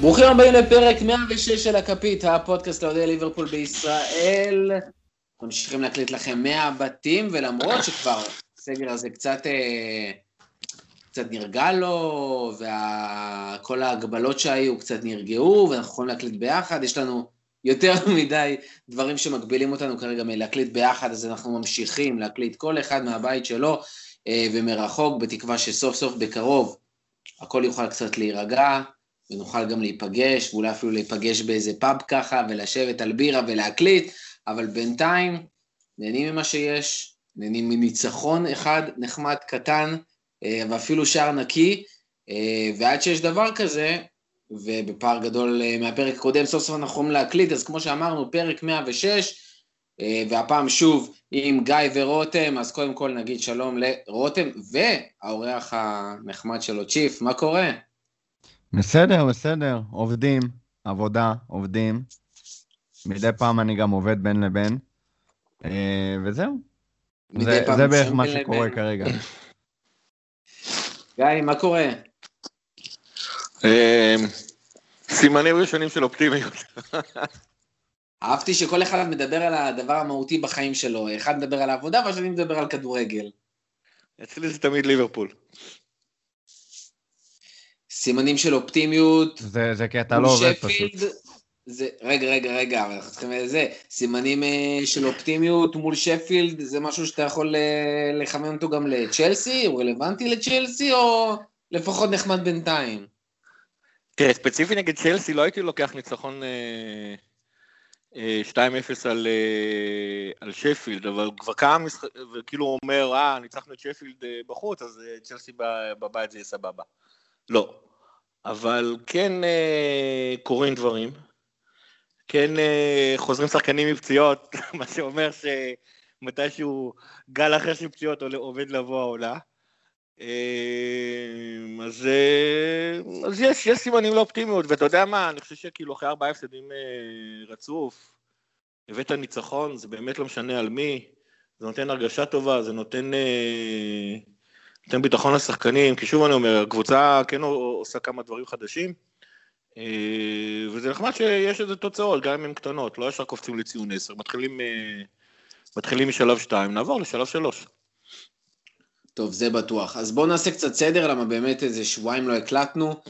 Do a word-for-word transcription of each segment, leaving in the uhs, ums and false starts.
ברוכים הבאים לפרק מאה ושש של הכפית, הפודקאסט לאוהדי ליברפול בישראל. ממשיכים להקליט לכם מאה בתים, ולמרות שכבר הסגר הזה קצת, קצת נרגע לו, וכל ההגבלות שהיו קצת נרגעו, ואנחנו יכולים להקליט ביחד, יש לנו יותר מדי דברים שמגבילים אותנו כרגע מלהקליט ביחד, אז אנחנו ממשיכים להקליט כל אחד מהבית שלו, ומרחוק, בתקווה שסוף סוף בקרוב הכל יוכל קצת להירגע, ונוכל גם להיפגש, ואולי אפילו להיפגש באיזה פאב ככה, ולשבת על בירה ולהקליט, אבל בינתיים נהנים ממה שיש, נהנים מניצחון אחד נחמד קטן, ואפילו שער נקי, ועד שיש דבר כזה, ובפער גדול מהפרק הקודם, סוף סוף אנחנו יכולים להקליט, אז כמו שאמרנו, פרק מאה ושש, והפעם שוב עם גיא ורותם, אז קודם כל נגיד שלום לרותם, והאורח הנחמד שלו, צ'יף, מה קורה? בסדר, בסדר, עובדים, עבודה, עובדים, מדי פעם אני גם עובד בין לבין, וזהו, זה, זה בערך מה שקורה לבין. כרגע. גיא, מה קורה? סימנים ראשונים של אופטימיות. אהבתי שכל אחד מדבר על הדבר המהותי בחיים שלו, אחד מדבר על העבודה והשני מדבר על כדורגל. אצלי זה תמיד ליברפול. סימנים של אופטימיות. זה, זה כי אתה לא עובד פשוט. זה, רגע, רגע, רגע, אבל אנחנו צריכים לזה. סימנים של אופטימיות מול שפילד, זה משהו שאתה יכול לחמם אותו גם לצ'לסי? הוא רלוונטי לצ'לסי או לפחות נחמד בינתיים? תראה, ספציפי נגד צ'לסי לא הייתי לוקח ניצחון שתיים אפס על, על שפילד, אבל כבר כמה משחק, וכאילו הוא אומר, אה, ניצחנו את שפילד בחוץ, אז צ'לסי בבית זה יהיה סבבה. לא, אבל כן אה, קוראים דברים, כן אה, חוזרים שחקנים מפציעות, מה שאומר שמתישהו גל אחר של פציעות עובד לבוא העולה, אה, אז, אה, אז יש, יש סימנים לאופטימיות, ואתה יודע מה, אני חושב שכאילו אחרי ארבעה הפסדים אה, רצוף, הבאת ניצחון, זה באמת לא משנה על מי, זה נותן הרגשה טובה, זה נותן... אה, נותן ביטחון לשחקנים, כי שוב אני אומר, הקבוצה כן עושה כמה דברים חדשים, וזה נחמד שיש איזה תוצאות, גם אם הן קטנות, לא ישר קופצים לציון עשר, מתחילים, מתחילים משלב שתיים, נעבור לשלב שלוש. טוב, זה בטוח. אז בואו נעשה קצת סדר, למה באמת איזה שבועיים לא הקלטנו.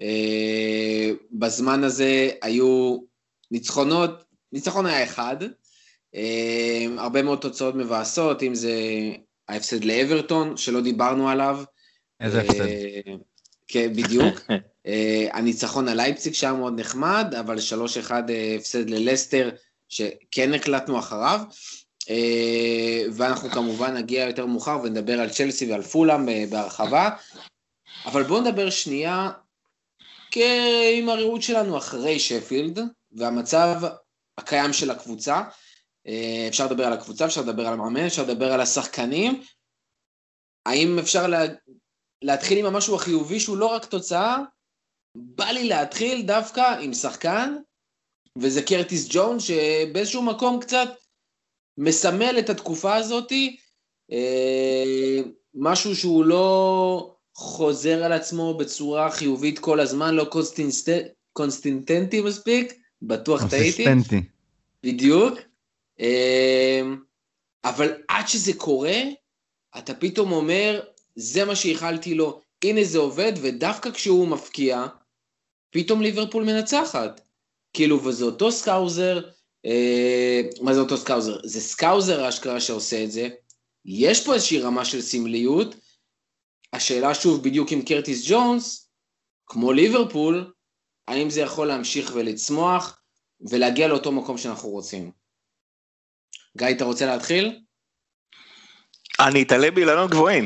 בזמן הזה היו ניצחונות, ניצחון היה אחד, הרבה מאוד תוצאות מבאסות, אם זה... ההפסד לאברטון, שלא דיברנו עליו. איזה הפסד? כן, בדיוק. הניצחון על לייפציג שהיה מאוד נחמד, אבל שלוש אחד הפסד ללסטר, שכן הקלטנו אחריו. ואנחנו כמובן נגיע יותר מאוחר, ונדבר על צ'לסי ועל פולאם בהרחבה. אבל בואו נדבר שנייה, עם הראות שלנו אחרי שפילד, והמצב הקיים של הקבוצה. אפשר לדבר על הקבוצה, אפשר לדבר על המאמן, אפשר לדבר על השחקנים. האם אפשר לה... להתחיל עם המשהו החיובי שהוא לא רק תוצאה? בא לי להתחיל דווקא עם שחקן, וזה קרטיס ג'ונס, שבאיזשהו מקום קצת מסמל את התקופה הזאת, משהו שהוא לא חוזר על עצמו בצורה חיובית כל הזמן, לא קונסטינט... קונסטינטנטי מספיק, בטוח טעיתי. קונסטנטי. בדיוק. אבל עד שזה קורה, אתה פתאום אומר, זה מה שהחלתי לו, הנה זה עובד, ודווקא כשהוא מפקיע, פתאום ליברפול מנצחת. כאילו, וזה אותו סקאוזר, אה, מה זה אותו סקאוזר? זה סקאוזר האשכרה שעושה את זה, יש פה איזושהי רמה של סמליות, השאלה שוב בדיוק עם קרטיס ג'ונס, כמו ליברפול, האם זה יכול להמשיך ולצמוח, ולהגיע לאותו מקום שאנחנו רוצים. גיא, אתה רוצה להתחיל? אני אתעלה באילנות גבוהים.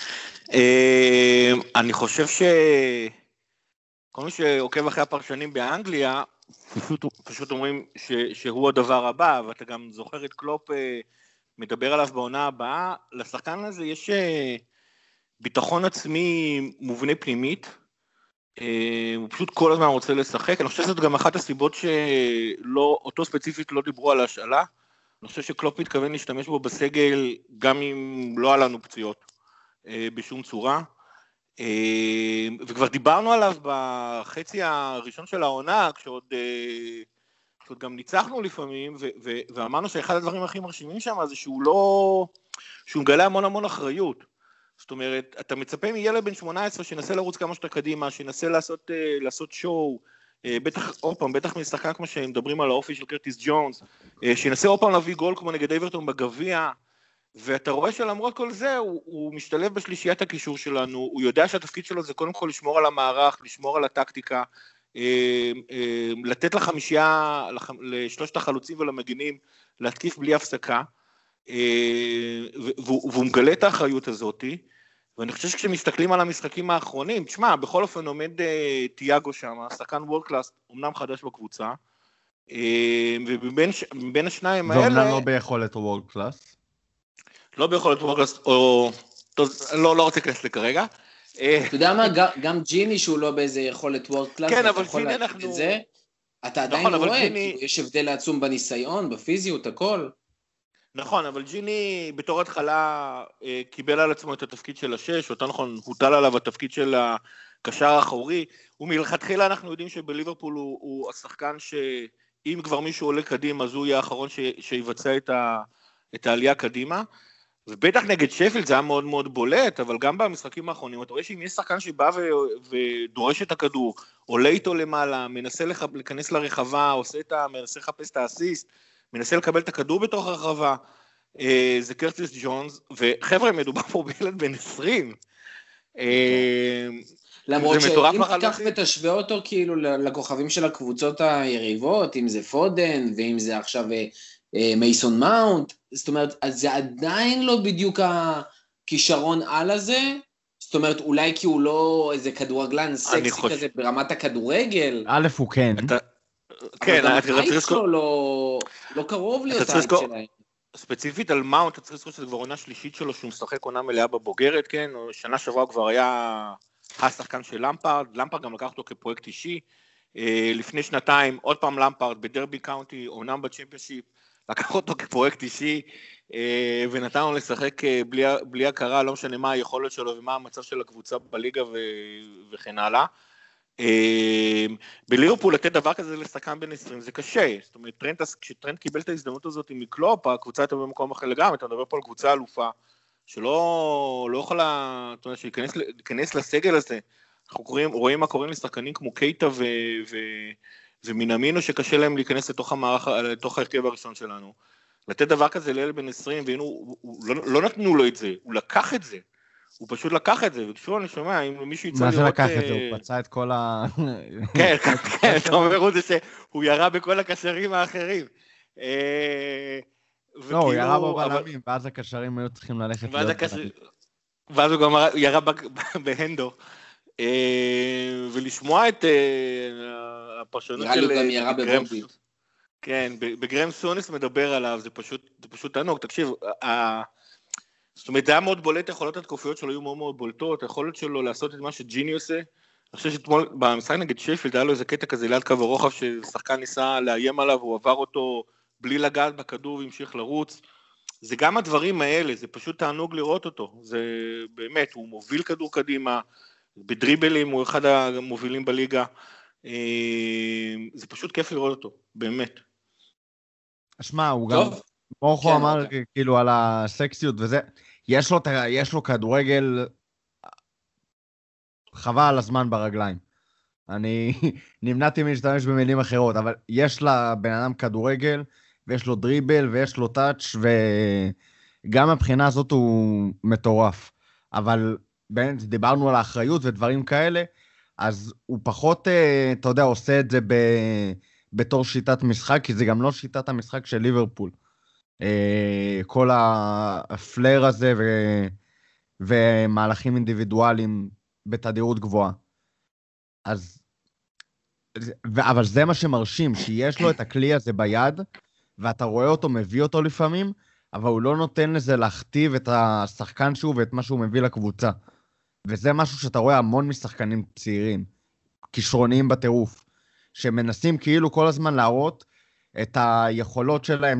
אני חושב ש... כל מי שעוקב אחרי הפרשנים באנגליה, פשוט, פשוט אומרים ש, שהוא הדבר הבא, ואתה גם זוכר את קלופ מדבר עליו בעונה הבאה. לשחקן הזה יש ביטחון עצמי מובנה פנימית, הוא פשוט כל הזמן רוצה לשחק. אני חושב שזאת גם אחת הסיבות שלא, אותו ספציפית לא דיברו על השאלה. אני חושב שקלופ מתכוון להשתמש בו בסגל, גם אם לא היה לנו פציעות בשום צורה. וכבר דיברנו עליו בחצי הראשון של העונה, כשעוד, כשעוד גם ניצחנו לפעמים, ו- ו- ואמרנו שאחד הדברים הכי מרשימים שם זה שהוא לא, שהוא מגלה המון המון אחריות. זאת אומרת, אתה מצפה מילד בן שמונה עשרה שינסה לרוץ כמה שאתה קדימה, שינסה לעשות, לעשות שואו, בטח, עוד פעם, בטח משחקן כמו שהם מדברים על האופי של קרטיס ג'ונס, שינסה עוד פעם להביא גול כמו נגד אברטון בגביע, ואתה רואה שלמרות כל זה, הוא, הוא משתלב בשלישיית הקישור שלנו, הוא יודע שהתפקיד שלו זה קודם כל לשמור על המערך, לשמור על הטקטיקה, לתת לחמישייה, לשלושת החלוצים ולמגינים, להתקיף בלי הפסקה, והוא מגלה את האחריות הזאת, ואני חושב שכשמסתכלים על המשחקים האחרונים, תשמע, בכל אופן עומד תיאגו שם, שחקן וורד קלאס, אמנם חדש בקבוצה, ובין השניים האלה... ואומנם לא ביכולת וורד קלאס. לא ביכולת וורד קלאס, או... לא רוצה להיכנס לכרגע. אתה יודע מה, גם ג'יני שהוא לא באיזה יכולת וורד קלאס, כן, אבל ג'יני אנחנו... אתה עדיין רואה, יש הבדל עצום בניסיון, בפיזיות, הכל. נכון, אבל ג'יני בתור התחלה קיבל על עצמו את התפקיד של השש, אותה נכון, הוטל עליו התפקיד של הקשר האחורי, ומלכתחילה אנחנו יודעים שבליברפול הוא, הוא השחקן שאם כבר מישהו עולה קדימה, אז הוא יהיה האחרון ש, שיבצע את, ה, את העלייה קדימה, ובטח נגד שפילד זה היה מאוד מאוד בולט, אבל גם במשחקים האחרונים, אתה רואה שאם יש שחקן שבא ו, ודורש את הכדור, עולה איתו למעלה, מנסה לח, להיכנס לרחבה, עושה את ה, מנסה לחפש את האסיסט, מנסה לקבל את הכדור בתוך הרחבה, זה קרטיס ג'ונס, וחבר'ה, מדובר פה בילד בן עשרים. למרות שאם תיקח ותשווה אותו כאילו לכוכבים של הקבוצות היריבות, אם זה פודן, ואם זה עכשיו מייסון מאונט, זאת אומרת, אז זה עדיין לא בדיוק הכישרון על הזה, זאת אומרת, אולי כי הוא לא איזה כדורגלן סקסי כזה ברמת הכדורגל. א' הוא כן. כן, האייק שלו לא קרוב להיות האייק שלהם. ספציפית על מאונט, אתה צריך לזכור שזה כבר עונה שלישית שלו, שהוא משחק עונה מלאה בבוגרת, כן? שנה שעברה כבר היה השחקן של למפארד, למפארד גם לקח אותו כפרויקט אישי, לפני שנתיים, עוד פעם למפארד, בדרבי קאונטי, עונה בצ'מפיונשיפ, לקח אותו כפרויקט אישי, ונתן לו לשחק בלי, בלי הכרה, לא משנה מה היכולת שלו ומה המצב של הקבוצה בליגה ו... וכן הלאה. בליברפול לתת דבר כזה לשחקן בין עשרים זה קשה, זאת אומרת טרנט, כשטרנט קיבל את ההזדמנות הזאת מקלופ, הקבוצה הייתה במקום אחר לגמרי, אתה מדבר פה על קבוצה אלופה שלא לא יכולה, זאת אומרת, להיכנס לסגל הזה, אנחנו קוראים, רואים מה קוראים לשחקנים כמו קייטה ו, ו, ומינמינו שקשה להם להיכנס לתוך המערך, לתוך ההרכב הראשון שלנו, לתת דבר כזה לילד בין עשרים, והוא לא, לא נתנו לו את זה, הוא לקח את זה, הוא פשוט לקח את זה, וכשהוא אני שומע, אם מישהו יצא לראות... מה זה לקח את זה? הוא פצע את כל ה... כן, כן, אתה אומר זה שהוא ירה בכל הקשרים האחרים. לא, הוא ירה בבלמים, ואז הקשרים היו צריכים ללכת להיות... ואז הוא גם ירה בהנדו. ולשמוע את הפרשנות של... נראה לי גם ירה בבובי. כן, בגרם סונס מדבר עליו, זה פשוט תענוג, תקשיב, זאת אומרת, זה היה מאוד בולט, היכולות התקופיות שלו היו מאוד מאוד בולטות, היכולת שלו לעשות את מה שג'יני עושה, אני חושב שאתמול, במשחק נגד שפילד, היה לו איזה קטע כזה ליד קו הרוחב, ששחקן ניסה לאיים עליו, הוא עבר אותו בלי לגעת בכדור והמשיך לרוץ, זה גם הדברים האלה, זה פשוט תענוג לראות אותו, זה באמת, הוא מוביל כדור קדימה, בדריבלים, הוא אחד המובילים בליגה, זה פשוט כיף לראות אותו, באמת. אשמע, הוא גם... מורכו כן, אמר okay. כאילו על הסקסיות וזה, יש לו, יש לו כדורגל חבל על הזמן ברגליים. אני נמנעתי מלהשתמש במילים אחרות, אבל יש לבן אדם כדורגל, ויש לו דריבל, ויש לו טאץ', וגם מבחינה הזאת הוא מטורף. אבל באמת דיברנו על האחריות ודברים כאלה, אז הוא פחות, אתה יודע, עושה את זה ב... בתור שיטת משחק, כי זה גם לא שיטת המשחק של ליברפול. כל הפלר הזה ו... ומהלכים אינדיבידואליים בתדירות גבוהה. אז, ו... אבל זה מה שמרשים, שיש לו את הכלי הזה ביד, ואתה רואה אותו, מביא אותו לפעמים, אבל הוא לא נותן לזה להכתיב את השחקן שהוא ואת מה שהוא מביא לקבוצה. וזה משהו שאתה רואה המון משחקנים צעירים, כישרוניים בטירוף, שמנסים כאילו כל הזמן להראות את היכולות שלהם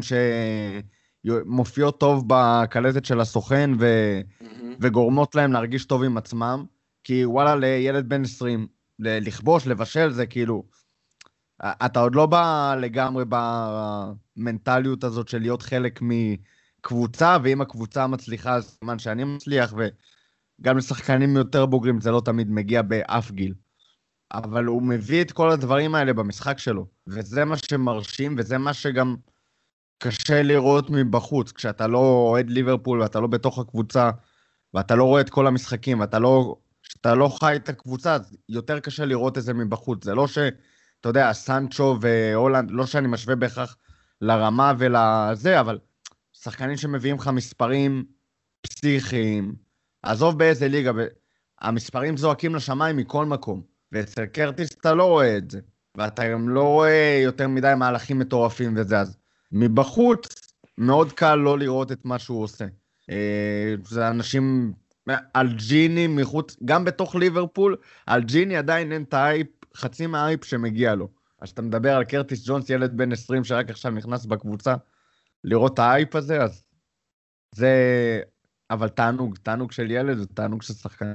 שמופיעות טוב בקלטת של הסוכן ו... mm-hmm. וגורמות להם להרגיש טוב עם עצמם, כי וואלה, לילד בן עשרים, לכבוש, לבשל, זה כאילו, אתה עוד לא בא לגמרי במנטליות הזאת של להיות חלק מקבוצה, ואם הקבוצה מצליחה, אז זמן שאני מצליח, וגם לשחקנים יותר בוגרים, זה לא תמיד מגיע באף גיל. אבל הוא מביא את כל הדברים האלה במשחק שלו, וזה מה שמרשים, וזה מה שגם קשה לראות מבחוץ, כשאתה לא אוהד ליברפול, ואתה לא בתוך הקבוצה, ואתה לא רואה את כל המשחקים, ואתה לא, שאתה לא חי את הקבוצה, אז יותר קשה לראות את זה מבחוץ. זה לא ש, אתה יודע, סנצ'ו והולנד, לא שאני משווה בהכרח לרמה ולזה, אבל שחקנים שמביאים לך מספרים פסיכיים, עזוב באיזה ליגה, המספרים זועקים לשמיים מכל מקום, ואצל קרטיס אתה לא רואה את זה, ואתה גם לא רואה יותר מדי מהלכים מטורפים וזה, אז מבחוץ מאוד קל לא לראות את מה שהוא עושה. זה אנשים על ג'יני מחוץ, גם בתוך ליברפול, על ג'יני עדיין אין את האייפ, חצי מהאייפ שמגיע לו. אז אתה מדבר על קרטיס ג'ונס, ילד בן עשרים שרק עכשיו נכנס בקבוצה, לראות את האייפ הזה, אז זה, אבל תענוג, תענוג של ילד, זה תענוג של שחקן.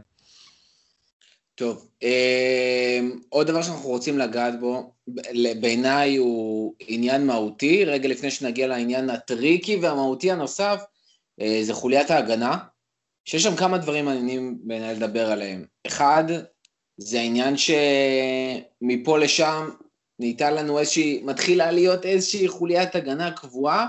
טוב, עוד דבר שאנחנו רוצים לגעת בו, בעיניי הוא עניין מהותי, רגע לפני שנגיע לעניין הטריקי והמהותי הנוסף, זה חוליית ההגנה, שיש שם כמה דברים מעניינים בעיניי לדבר עליהם. אחד, זה העניין שמפה לשם ניתן לנו איזושהי, מתחילה להיות איזושהי חוליית הגנה קבועה,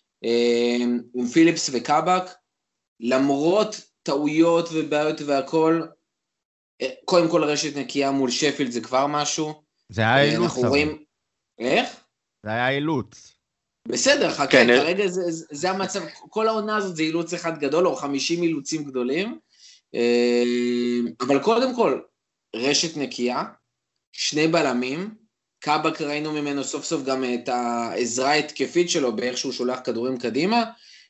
עם פיליפס וקאבק, למרות טעויות ובעיות והכל, קודם כל רשת נקייה מול שפילד זה כבר משהו. זה היה אילוץ. רואים... איך? זה היה אילוץ. בסדר, חכה, כן, כרגע זה, זה המצב, כל העונה הזאת זה אילוץ אחד גדול, או חמישים אילוצים גדולים, אבל קודם כל, רשת נקייה, שני בלמים, קאבק ראינו ממנו סוף סוף גם את העזרה התקפית שלו, באיך שהוא שולח כדורים קדימה,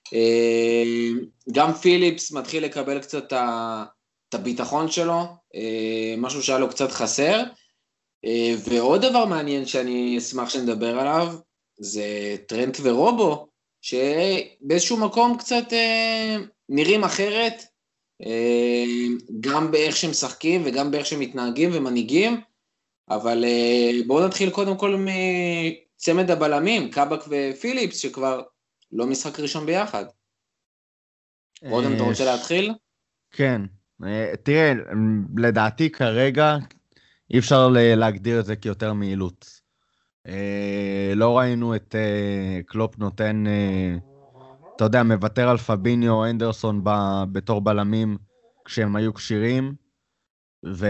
גם פיליפס מתחיל לקבל קצת את הביטחון שלו, משהו שהיה לו קצת חסר, ועוד דבר מעניין שאני אשמח שנדבר עליו, זה טרנט ורובו, שבאיזשהו מקום קצת אה, נראים אחרת, אה, גם באיך שהם משחקים וגם באיך שהם מתנהגים ומנהיגים, אבל אה, בואו נתחיל קודם כל מצמד הבלמים, קאבק ופיליפס, שכבר לא משחק ראשון ביחד. רודם, אתה רוצה להתחיל? כן, תראה, לדעתי כרגע אי אפשר להגדיר את זה כיותר מאילוץ. Uh, לא ראינו את uh, קלופ נותן, uh, אתה יודע, מוותר על פביניו או אנדרסון ב- בתור בלמים כשהם היו קשירים, וכל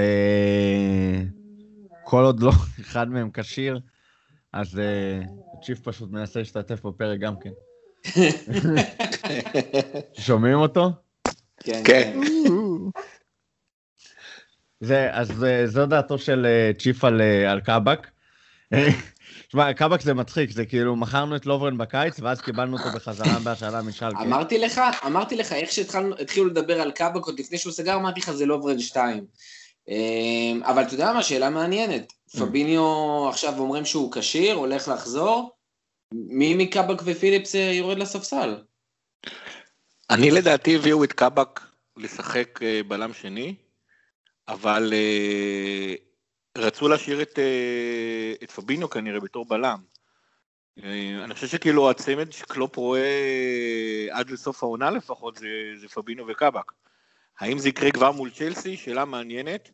עוד לא אחד מהם קשיר, אז uh, צ'יף פשוט מנסה להשתתף בפרק גם כן. שומעים אותו? כן, כן. זה, אז זו דעתו של uh, צ'יף על, uh, על קאבק. תשמע, קאבק זה מצחיק, זה כאילו, מכרנו את לוברן בקיץ, ואז קיבלנו אותו בחזרה בהשאלה משלקה. אמרתי לך, אמרתי לך, איך שהתחילו לדבר על קאבק, עוד לפני שהוא סגר, אמרתי לך, זה לוברן שתיים. אבל אתה יודע מה, שאלה מעניינת. פביניו עכשיו אומרים שהוא קשיר, הולך לחזור, מי מקאבק ופיליפס יורד לספסל? אני לדעתי הביאו את קאבק לשחק בלם שני, אבל... רצו להשאיר את, את פביניו כנראה בתור בלם. אני חושב שכאילו הצמד שקלופ רואה עד לסוף העונה לפחות זה, זה פביניו וקאבק. האם זה יקרה כבר מול צ'לסי? שאלה מעניינת.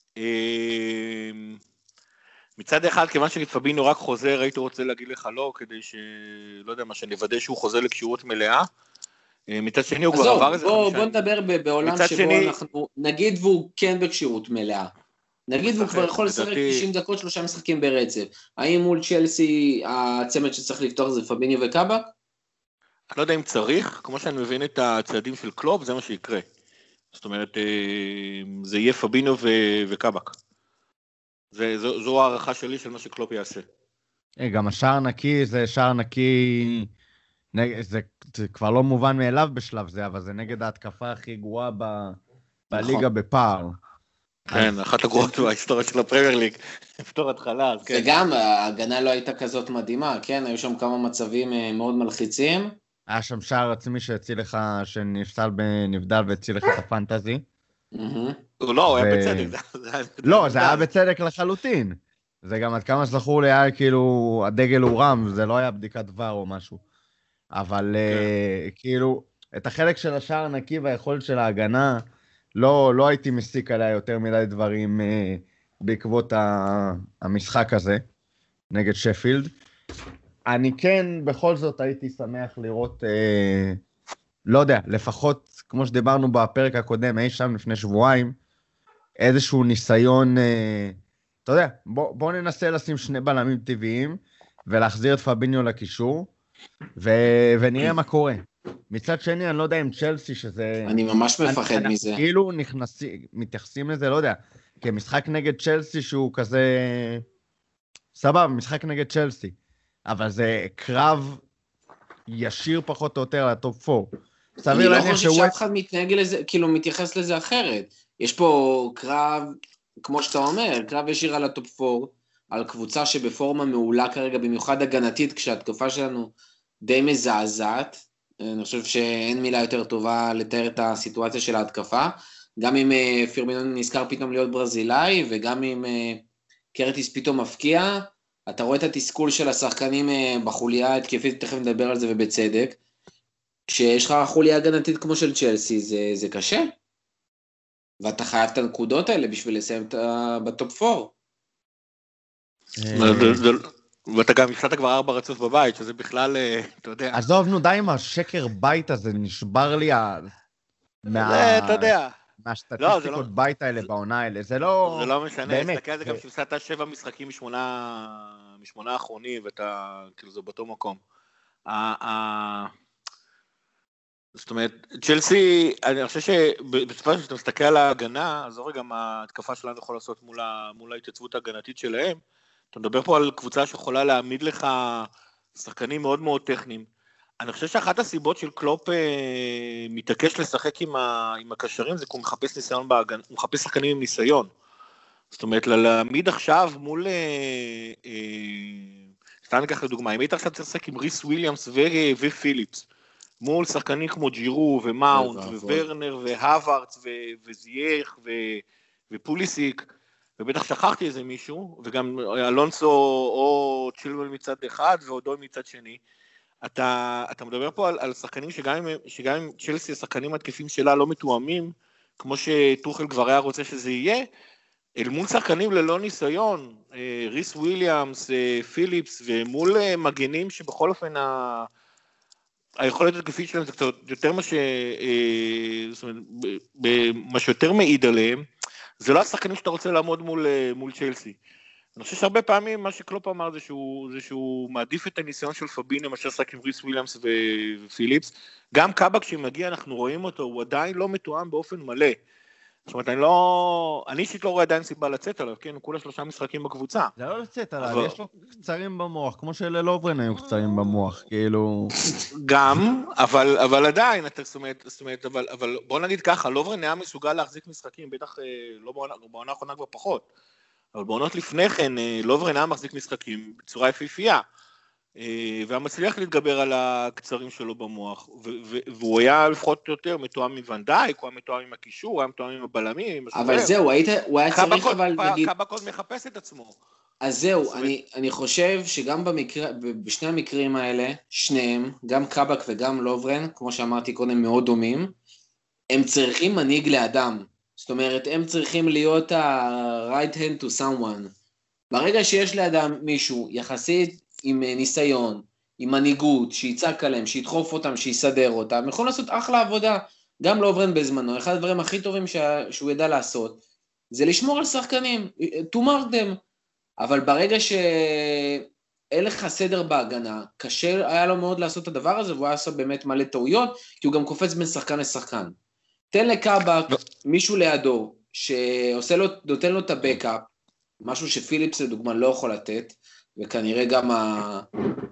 מצד אחד, כיוון שפביניו רק חוזר, הייתי רוצה להגיד לך לא, כדי ש... לא יודע מה, שנוודא שהוא חוזר לקשירות מלאה. מצד שני הוא כבר עבר איזה חמישה. בוא נדבר בעולם שבו שני... אנחנו נגיד והוא כן בקשירות מלאה. נגיד הוא כבר יכול לשחק תשעים דקות, שלושה משחקים ברצף. האם מול צ'לסי הצמד שצריך לפתוח זה פביניו וקאבק? אני לא יודע אם צריך, כמו שאני מבין את הצעדים של קלופ, זה מה שיקרה. זאת אומרת, זה יהיה פביניו וקאבק. זו הערכה שלי של מה שקלופ יעשה. גם השער נקי זה שער נקי, זה כבר לא מובן מאליו בשלב זה, אבל זה נגד ההתקפה הכי גרועה בליגה בפער. כן, אחת הגרועות בהיסטוריה של הפרמייר ליג, לפתור התחלה, אז כן. וגם, ההגנה לא הייתה כזאת מדהימה, כן? היו שם כמה מצבים מאוד מלחיצים. היה שם שער עצמי שהציל לך, שנפסל בנבדל והציל לך את הפנטזי. לא, הוא היה בצדק. לא, זה היה בצדק לחלוטין. זה גם עד כמה שזכור לי היה כאילו, הדגל הוא רם, זה לא היה בדיקת דבר או משהו. אבל כאילו, את החלק של השער נקי והיכולת של ההגנה, לא, לא הייתי מסיק עליה יותר מדי דברים בעקבות המשחק הזה, נגד שפילד. אני כן, בכל זאת הייתי שמח לראות, אה, לא יודע, לפחות, כמו שדיברנו בפרק הקודם, אי שם לפני שבועיים, איזשהו ניסיון, אה, אתה יודע, בוא, בוא ננסה לשים שני בלמים טבעיים, ולהחזיר את פאביניו לקישור, ו, ונראה מה קורה. מצד שני, אני לא יודע אם צ'לסי שזה... אני ממש מפחד אני, מזה. כאילו נכנסים, מתייחסים לזה, לא יודע, כמשחק נגד צ'לסי שהוא כזה... סבבה, משחק נגד צ'לסי. אבל זה קרב ישיר פחות או יותר לטופ ארבע. אני לא חושב שאף אחד מתנהג לזה, כאילו מתייחס לזה אחרת. יש פה קרב, כמו שאתה אומר, קרב ישיר על הטופ ארבע, על קבוצה שבפורמה מעולה כרגע, במיוחד הגנתית, כשהתקופה שלנו די מזעזעת. אני חושב שאין מילה יותר טובה לתאר את הסיטואציה של ההתקפה. גם אם פירמינו נזכר פתאום להיות ברזילאי, וגם אם קרטיס פתאום מפקיע, אתה רואה את התסכול של השחקנים בחוליה התקפית, תכף נדבר על זה ובצדק. כשיש לך חוליה הגנתית כמו של צ'לסי, זה, זה קשה. ואתה חייב את הנקודות האלה בשביל לסיים בטופ ארבע. ואתה גם הפסדת כבר ארבע רצוף בבית, שזה בכלל, אתה יודע. עזוב, נו, די עם השקר בית הזה, נשבר לי ה... אתה יודע. מהסטטיסטיקות בית האלה בעונה האלה, זה לא... זה לא משנה, תסתכל על זה גם שהפסדת שבע משחקים משמונה האחרונים, ואתה, כאילו, זה באותו מקום. זאת אומרת, צ'לסי, אני חושב שבסופו שאתה מסתכל על ההגנה, אז זו גם ההתקפה שלנו יכול לעשות מול ההתייצבות ההגנתית שלהם. אתה מדבר פה על קבוצה שיכולה להעמיד לך שחקנים מאוד מאוד טכניים. אני חושב שאחת הסיבות של קלופ אה, מתעקש לשחק עם, ה, עם הקשרים, זה כי הוא מחפש ניסיון בהגנה, הוא מחפש שחקנים עם ניסיון. זאת אומרת, להעמיד עכשיו מול, אה, אה, סתם ניקח לדוגמה, אם היית עכשיו צריך לשחק עם ריס וויליאמס ו, ופיליפס, מול שחקנים כמו ג'ירו ומאונט וורנר והווארץ וזייך ופוליסיק, ובטח שכחתי איזה מישהו, וגם אלונסו או צ'ילואל מצד אחד ואודוי מצד שני, אתה, אתה מדבר פה על, על שחקנים שגם, שגם אם צ'לסי, השחקנים התקפים שלה לא מתואמים, כמו שטוחל כבר היה רוצה שזה יהיה, אל מול שחקנים ללא ניסיון, ריס וויליאמס, פיליפס, ומול מגנים שבכל אופן ה... היכולת התקפית שלהם זה קצת יותר מה ש... זאת אומרת, מה שיותר מעיד עליהם, זה לא השחקנים שאתה רוצה לעמוד מול, מול צ'לסי. אני חושב שהרבה פעמים מה שקלופ אמר זה שהוא, זה שהוא מעדיף את הניסיון של פאביניו מאשר שחק עם ריס וויליאמס ופיליפס. גם קאבה כשמגיע אנחנו רואים אותו, הוא עדיין לא מתואם באופן מלא. זאת אומרת, אני לא... אני אישית לא רואה עדיין סיבה לצאת עליו, כן? הוא כולה שלושה משחקים בקבוצה. זה לא לצאת עליו, אבל... יש לו קצרים במוח, כמו שללוברן היו קצרים במוח, כאילו... גם, אבל, אבל עדיין, אתה, זאת אומרת, זאת אומרת, אבל, אבל בוא נגיד ככה, לוברן היה מסוגל להחזיק משחקים, בטח לא בעונה, בעונה האחרונה כבר פחות. אבל בעונות לפני כן, לוברן היה מחזיק משחקים בצורה יפיפייה, והמצליח להתגבר על הקצרים שלו במוח, והוא היה לפחות יותר מתואם עם ונדייק, הוא היה מתואם עם הקישור, הוא היה מתואם עם הבלמים, אבל זהו, הוא היה צריך אבל נגיד... קאבקוד מחפש את עצמו. אז זהו, אני חושב שגם בשני המקרים האלה, שניהם, גם קאבק וגם לוברן, כמו שאמרתי קודם, מאוד דומים, הם צריכים מנהיג לאדם. זאת אומרת, הם צריכים להיות ה-right hand to someone. ברגע שיש לאדם מישהו יחסית עם ניסיון, עם מנהיגות, שיצעק עליהם, שידחוף אותם, שיסדר אותם, יכול לעשות אחלה עבודה, גם לוברן בזמנו. אחד הדברים הכי טובים שהוא ידע לעשות, זה לשמור על שחקנים, to mark them. אבל ברגע שאין לך סדר בהגנה, קשה היה לו מאוד לעשות את הדבר הזה, והוא היה עושה באמת מלא טעויות, כי הוא גם קופץ בין שחקן לשחקן. תן לקאבק מישהו לידו, שנותן לו את הבקאפ, משהו שפיליפס לדוגמה לא יכול לתת, וכנראה גם, ה...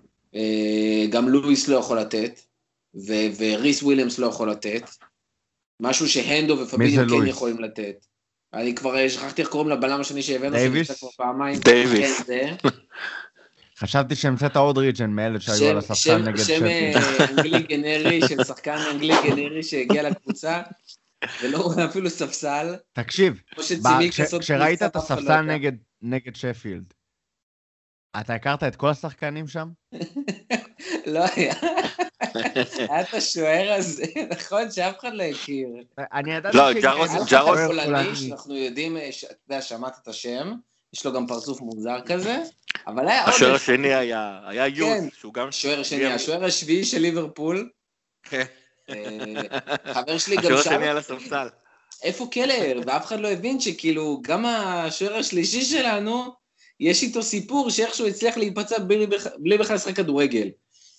גם לואיס לא יכול לתת, ו... וריס וויליאמס לא יכול לתת, משהו שהנדו ופביניו כן לואיס? יכולים לתת. אני כבר שכחתי איך קוראים לבלם השני שהבאנו, דייביס? דייביס. חשבתי שהמצאת עוד ריג'ן מאלה שהיו על השחקן נגד שם אנגלי גנרי, של שחקן אנגלי גנרי שהגיע לקבוצה, ולא רואה אפילו ספסל. תקשיב, כשראית את הספסל נגד שפילד, אתה הכרת את כל השחקנים שם? לא היה. היה את השוער הזה, נכון, שאף אחד לא הכיר. אני ידעתי לא, ג'ארוס פולני, שאנחנו יודעים, אתה יודע, שמעת את השם, יש לו גם פרצוף מוזר כזה, אבל היה עוד... השוער השני היה, היה יוז, שהוא גם... השוער השני, השוער השביעי של ליברפול. כן. חבר שלי גם שם... השוער השני על הספסל. איפה קלר? ואף אחד לא הבין שכאילו, גם השוער השלישי שלנו, יש איתו סיפור שאיכשהו הצליח להיפצע בלי בכלל לשחק כדורגל.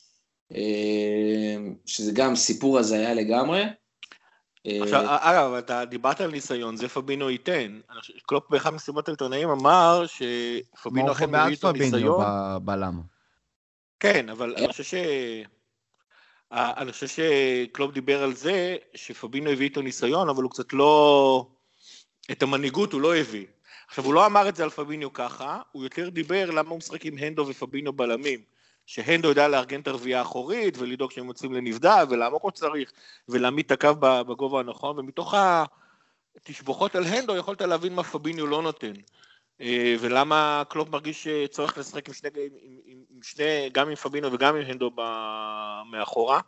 שזה גם סיפור הזה היה לגמרי. עכשיו, אגב, אתה דיברת על ניסיון, זה פבינו ייתן. קלופ באחד מסיבות העיתונאים אמר שפבינו אכן מביא איתו ניסיון. בלם. כן, אבל אני חושב ש... אני חושב שקלופ דיבר על זה, שפבינו הביא איתו ניסיון, אבל הוא קצת לא... את המנהיגות הוא לא הביא. עכשיו, הוא לא אמר את זה על פבינו ככה, הוא יותר דיבר למה הוא משחק עם הנדו ופבינו בלמים. שהנדו יודע לארגן את הרביעה האחורית, ולדאוג שהם יוצאים לנבדל, ולעמוק כמו שצריך, ולהעמיד את הקו בגובה הנכון, ומתוך התשבוכות על הנדו יכולת להבין מה פביניו לא נותן. ולמה קלופ מרגיש צורך לשחק עם שני, עם, עם, עם שני, גם עם פביניו וגם עם הנדו מאחורה.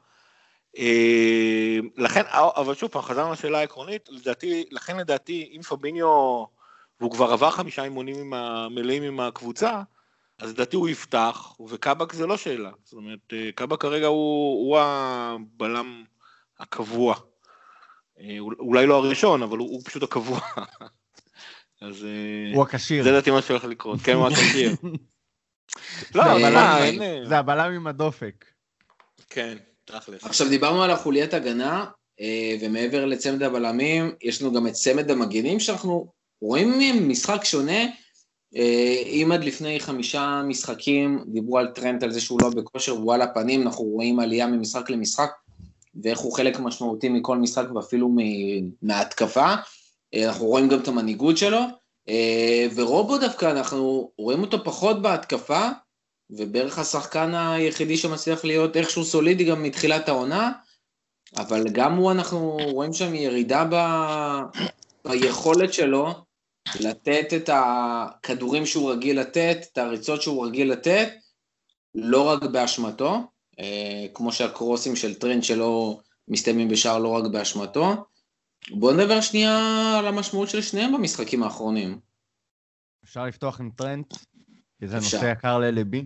לכן, אבל שוב פעם, חזרנו לשאלה העקרונית, לדעתי, לכן לדעתי, אם פביניו, והוא כבר עבר חמישה אימונים מלאים עם הקבוצה, אז לדעתי הוא יפתח, וקאבק זה לא שאלה. זאת אומרת, קאבק כרגע הוא, הוא הבלם הקבוע. אולי לא הראשון, אבל הוא, הוא פשוט הקבוע. אז... הוא הקשיר. זה לדעתי מה שהולך לקרות. כן, הוא הקשיר. לא, זה הבלם עם הדופק. כן, תכלס. עכשיו דיברנו על החוליית הגנה, ומעבר לצמד הבלמים, יש לנו גם את צמד המגנים, שאנחנו רואים משחק שונה, אם עד לפני חמישה משחקים דיברו על טרנט על זה שהוא לא בכושר והוא על הפנים, אנחנו רואים עלייה ממשחק למשחק, ואיך הוא חלק משמעותי מכל משחק ואפילו מההתקפה, אנחנו רואים גם את המנהיגות שלו, ורובו דווקא אנחנו רואים אותו פחות בהתקפה, ובערך השחקן היחידי שמצליח להיות איכשהו סולידי גם מתחילת העונה, אבל גם הוא אנחנו רואים שם ירידה ב... ביכולת שלו, לתת את הכדורים שהוא רגיל לתת, את הריצות שהוא רגיל לתת, לא רק באשמתו, כמו שהקרוסים של טרנט שלו מסתיימים בשער לא רק באשמתו. בואו נדבר שנייה על המשמעות של שניהם במשחקים האחרונים. אפשר לפתוח עם טרנט, כי זה נושא יקר ללבי.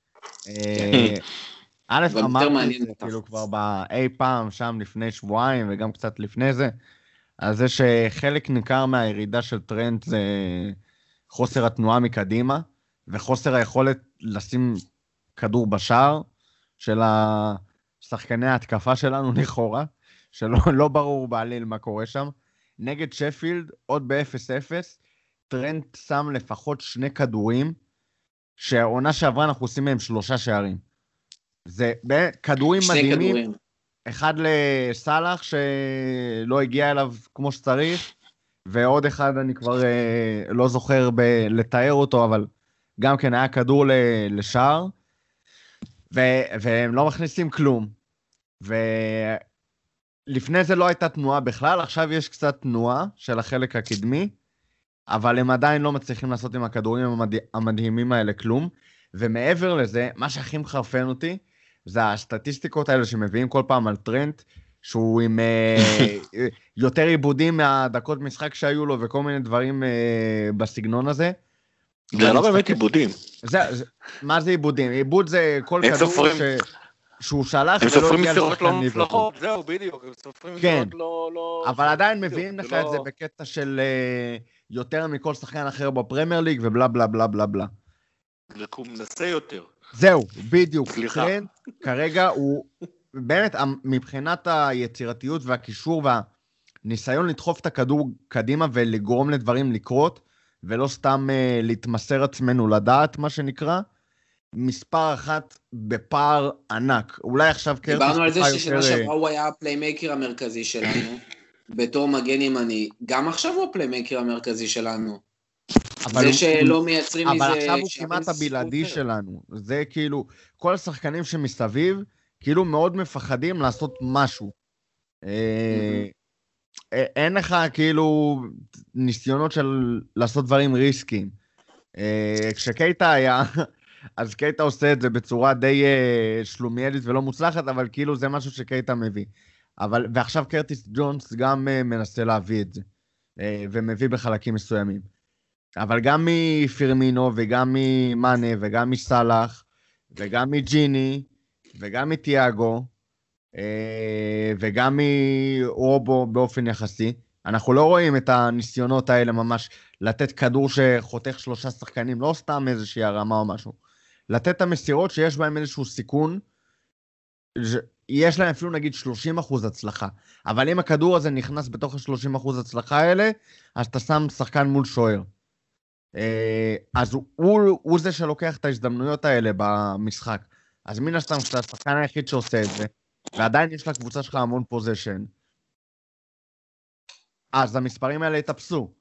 א', אמרתי את זה כאילו כבר באי פעם שם לפני שבועיים וגם קצת לפני זה, אז זה שחלק ניכר מהירידה של טרנט זה חוסר התנועה מקדימה, וחוסר היכולת לשים כדור בשער של השחקני ההתקפה שלנו לכאורה, שלא לא ברור בעליל מה קורה שם. נגד שפילד, עוד ב-אפס אפס, טרנט שם לפחות שני כדורים, שהעונה שעברה אנחנו עושים מהם שלושה שערים. זה כדורים מדהימים. כדורים. אחד לסלח שלא הגיע אליו כמו שצריך, ועוד אחד אני כבר אה, לא זוכר ב- לתאר אותו, אבל גם כן היה כדור ל- לשער, ו- והם לא מכניסים כלום. ולפני זה לא הייתה תנועה בכלל, עכשיו יש קצת תנועה של החלק הקדמי, אבל הם עדיין לא מצליחים לעשות עם הכדורים המד... המדהימים האלה כלום, ומעבר לזה, מה שהכי מחרפן אותי, זה הסטטיסטיקות האלה שמביאים כל פעם על טרנט, שהוא עם uh, יותר עיבודים מהדקות משחק שהיו לו, וכל מיני דברים uh, בסגנון הזה. זה לא באמת עיבודים. זה, זה, מה זה עיבודים? עיבוד זה כל כדור ש... שהוא שלח, הם סופרים מסירות לא מוצלחות, זהו, בדיוק, הם סופרים מסירות לא... אבל עדיין מביאים לך את זה בקטע של יותר מכל שחקן אחר בפרמייר ליג, ובלה בלה בלה בלה בלה. זה מנסה יותר. זהו, בדיוק. טרנט כרגע הוא, באמת, מבחינת היצירתיות והקישור והניסיון לדחוף את הכדור קדימה ולגרום לדברים לקרות, ולא סתם להתמסר עצמנו לדעת, מה שנקרא, מספר אחת בפער ענק. אולי עכשיו קרטיס... דיברנו על זה ששנה שעברה הוא היה הפליימייקר המרכזי שלנו, בתור מגן ימני. גם עכשיו הוא הפליימייקר המרכזי שלנו. זה שלא מייצרים מזה... אבל עכשיו הוא כמעט הבלעדי שלנו. זה כאילו, כל השחקנים שמסביב, כאילו מאוד מפחדים לעשות משהו. אין לך כאילו ניסיונות של לעשות דברים ריסקיים. כשקייטה היה, אז קייטה עושה את זה בצורה די שלומיאלית ולא מוצלחת, אבל כאילו זה משהו שקייטה מביא. אבל, ועכשיו קרטיס ג'ונס גם מנסה להביא את זה, ומביא בחלקים מסוימים. אבל גם מפירמינו, וגם ממאנה, וגם מסלאח, וגם מג'יני, וגם מתיאגו, וגם מרובו באופן יחסי. אנחנו לא רואים את הניסיונות האלה ממש לתת כדור שחותך שלושה שחקנים, לא סתם איזושהי הרמה או משהו. לתת את המסירות שיש בהם איזשהו סיכון, יש להם אפילו נגיד שלושים אחוז הצלחה, אבל אם הכדור הזה נכנס בתוך ה-שלושים אחוז הצלחה האלה, אז אתה שם שחקן מול שוער. אז הוא, הוא, הוא זה שלוקח את ההזדמנויות האלה במשחק. אז מן הסתם שאתה השחקן היחיד שעושה את זה, ועדיין יש לקבוצה שלך המון פוזיישן, אז המספרים האלה יתאפסו.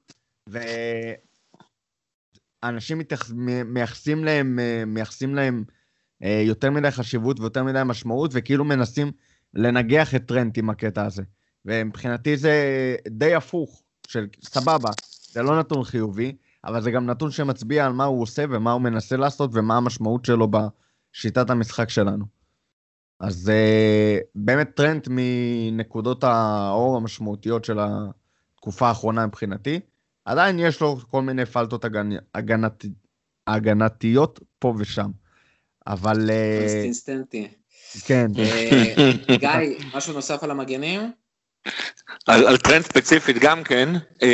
ואנשים מייחסים להם, מייחסים להם יותר מדי חשיבות ויותר מדי משמעות, וכאילו מנסים לנגח את טרנט עם הקטע הזה. ומבחינתי זה די הפוך, של סבבה, זה לא נתון חיובי, אבל זה גם נתון שמצביע על מה הוא עושה ומה הוא מנסה לעשות ומה המשמעות שלו בשיטת המשחק שלנו. אז באמת טרנט מנקודות האור המשמעותיות של התקופה האחרונה מבחינתי, עדיין יש לו כל מיני פלטות הגנ... הגנת... הגנתיות פה ושם. אבל... אינסטנטי. כן. גיא, משהו נוסף על המגנים? על, על טרנד ספציפית גם כן,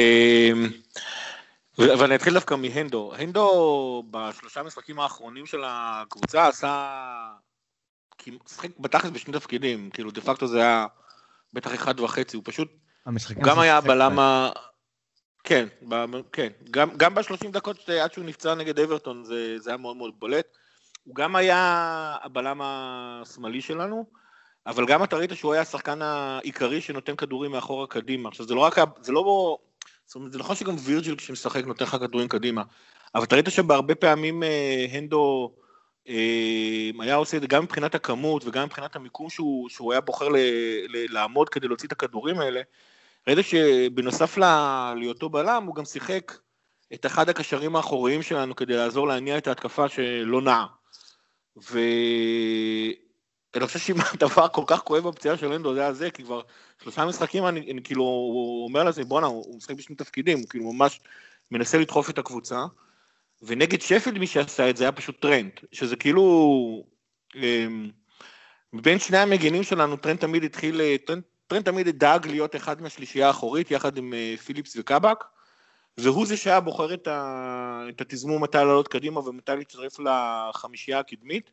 ואני אתחיל דווקא מהנדו. הנדו בשלושה משחקים האחרונים של הקבוצה עשה, שחק בתכלס בשני תפקידים, כאילו דה פקטו זה היה בטח אחד וחצי, הוא פשוט, הוא גם היה בלמה, כן, כן, גם, גם בשלושים דקות עד שהוא נפצע נגד אברטון זה, זה היה מאוד מאוד בולט, הוא גם היה הבלם השמאלי שלנו, אבל גם אתה ראית שהוא היה השחקן העיקרי שנותן כדורים מאחורה קדימה. עכשיו זה לא רק, זה לא, זאת אומרת, זה נכון שגם וירג'יל כשמשחק נותן לך כדורים קדימה, אבל אתה ראית שבהרבה פעמים הנדו היה עושה את זה גם מבחינת הכמות וגם מבחינת המיקום שהוא, שהוא היה בוחר ל, ל, לעמוד כדי להוציא את הכדורים האלה. ראית שבנוסף להיותו בלם הוא גם שיחק את אחד הקשרים האחוריים שלנו כדי לעזור להניע את ההתקפה שלא נעה. ו... אני חושב שאם הדבר כל כך כואב בפציעה של הנדו, זה היה זה, כי כבר שלושה משחקים, אני, אני כאילו, הוא אומר לזה, בוא'נה, הוא משחק בשני תפקידים, הוא כאילו ממש מנסה לדחוף את הקבוצה, ונגד שפילד מי שעשה את זה היה פשוט טרנד, שזה כאילו, מבין שני המגנים שלנו, טרנד תמיד התחיל, טרנד, טרנד תמיד דאג להיות אחד מהשלישייה האחורית, יחד עם פיליפס וקאבק, והוא זה שהיה בוחר את, ה, את התזמום מתי לעלות קדימה, ומתי להצטרף לחמישייה הקדמית,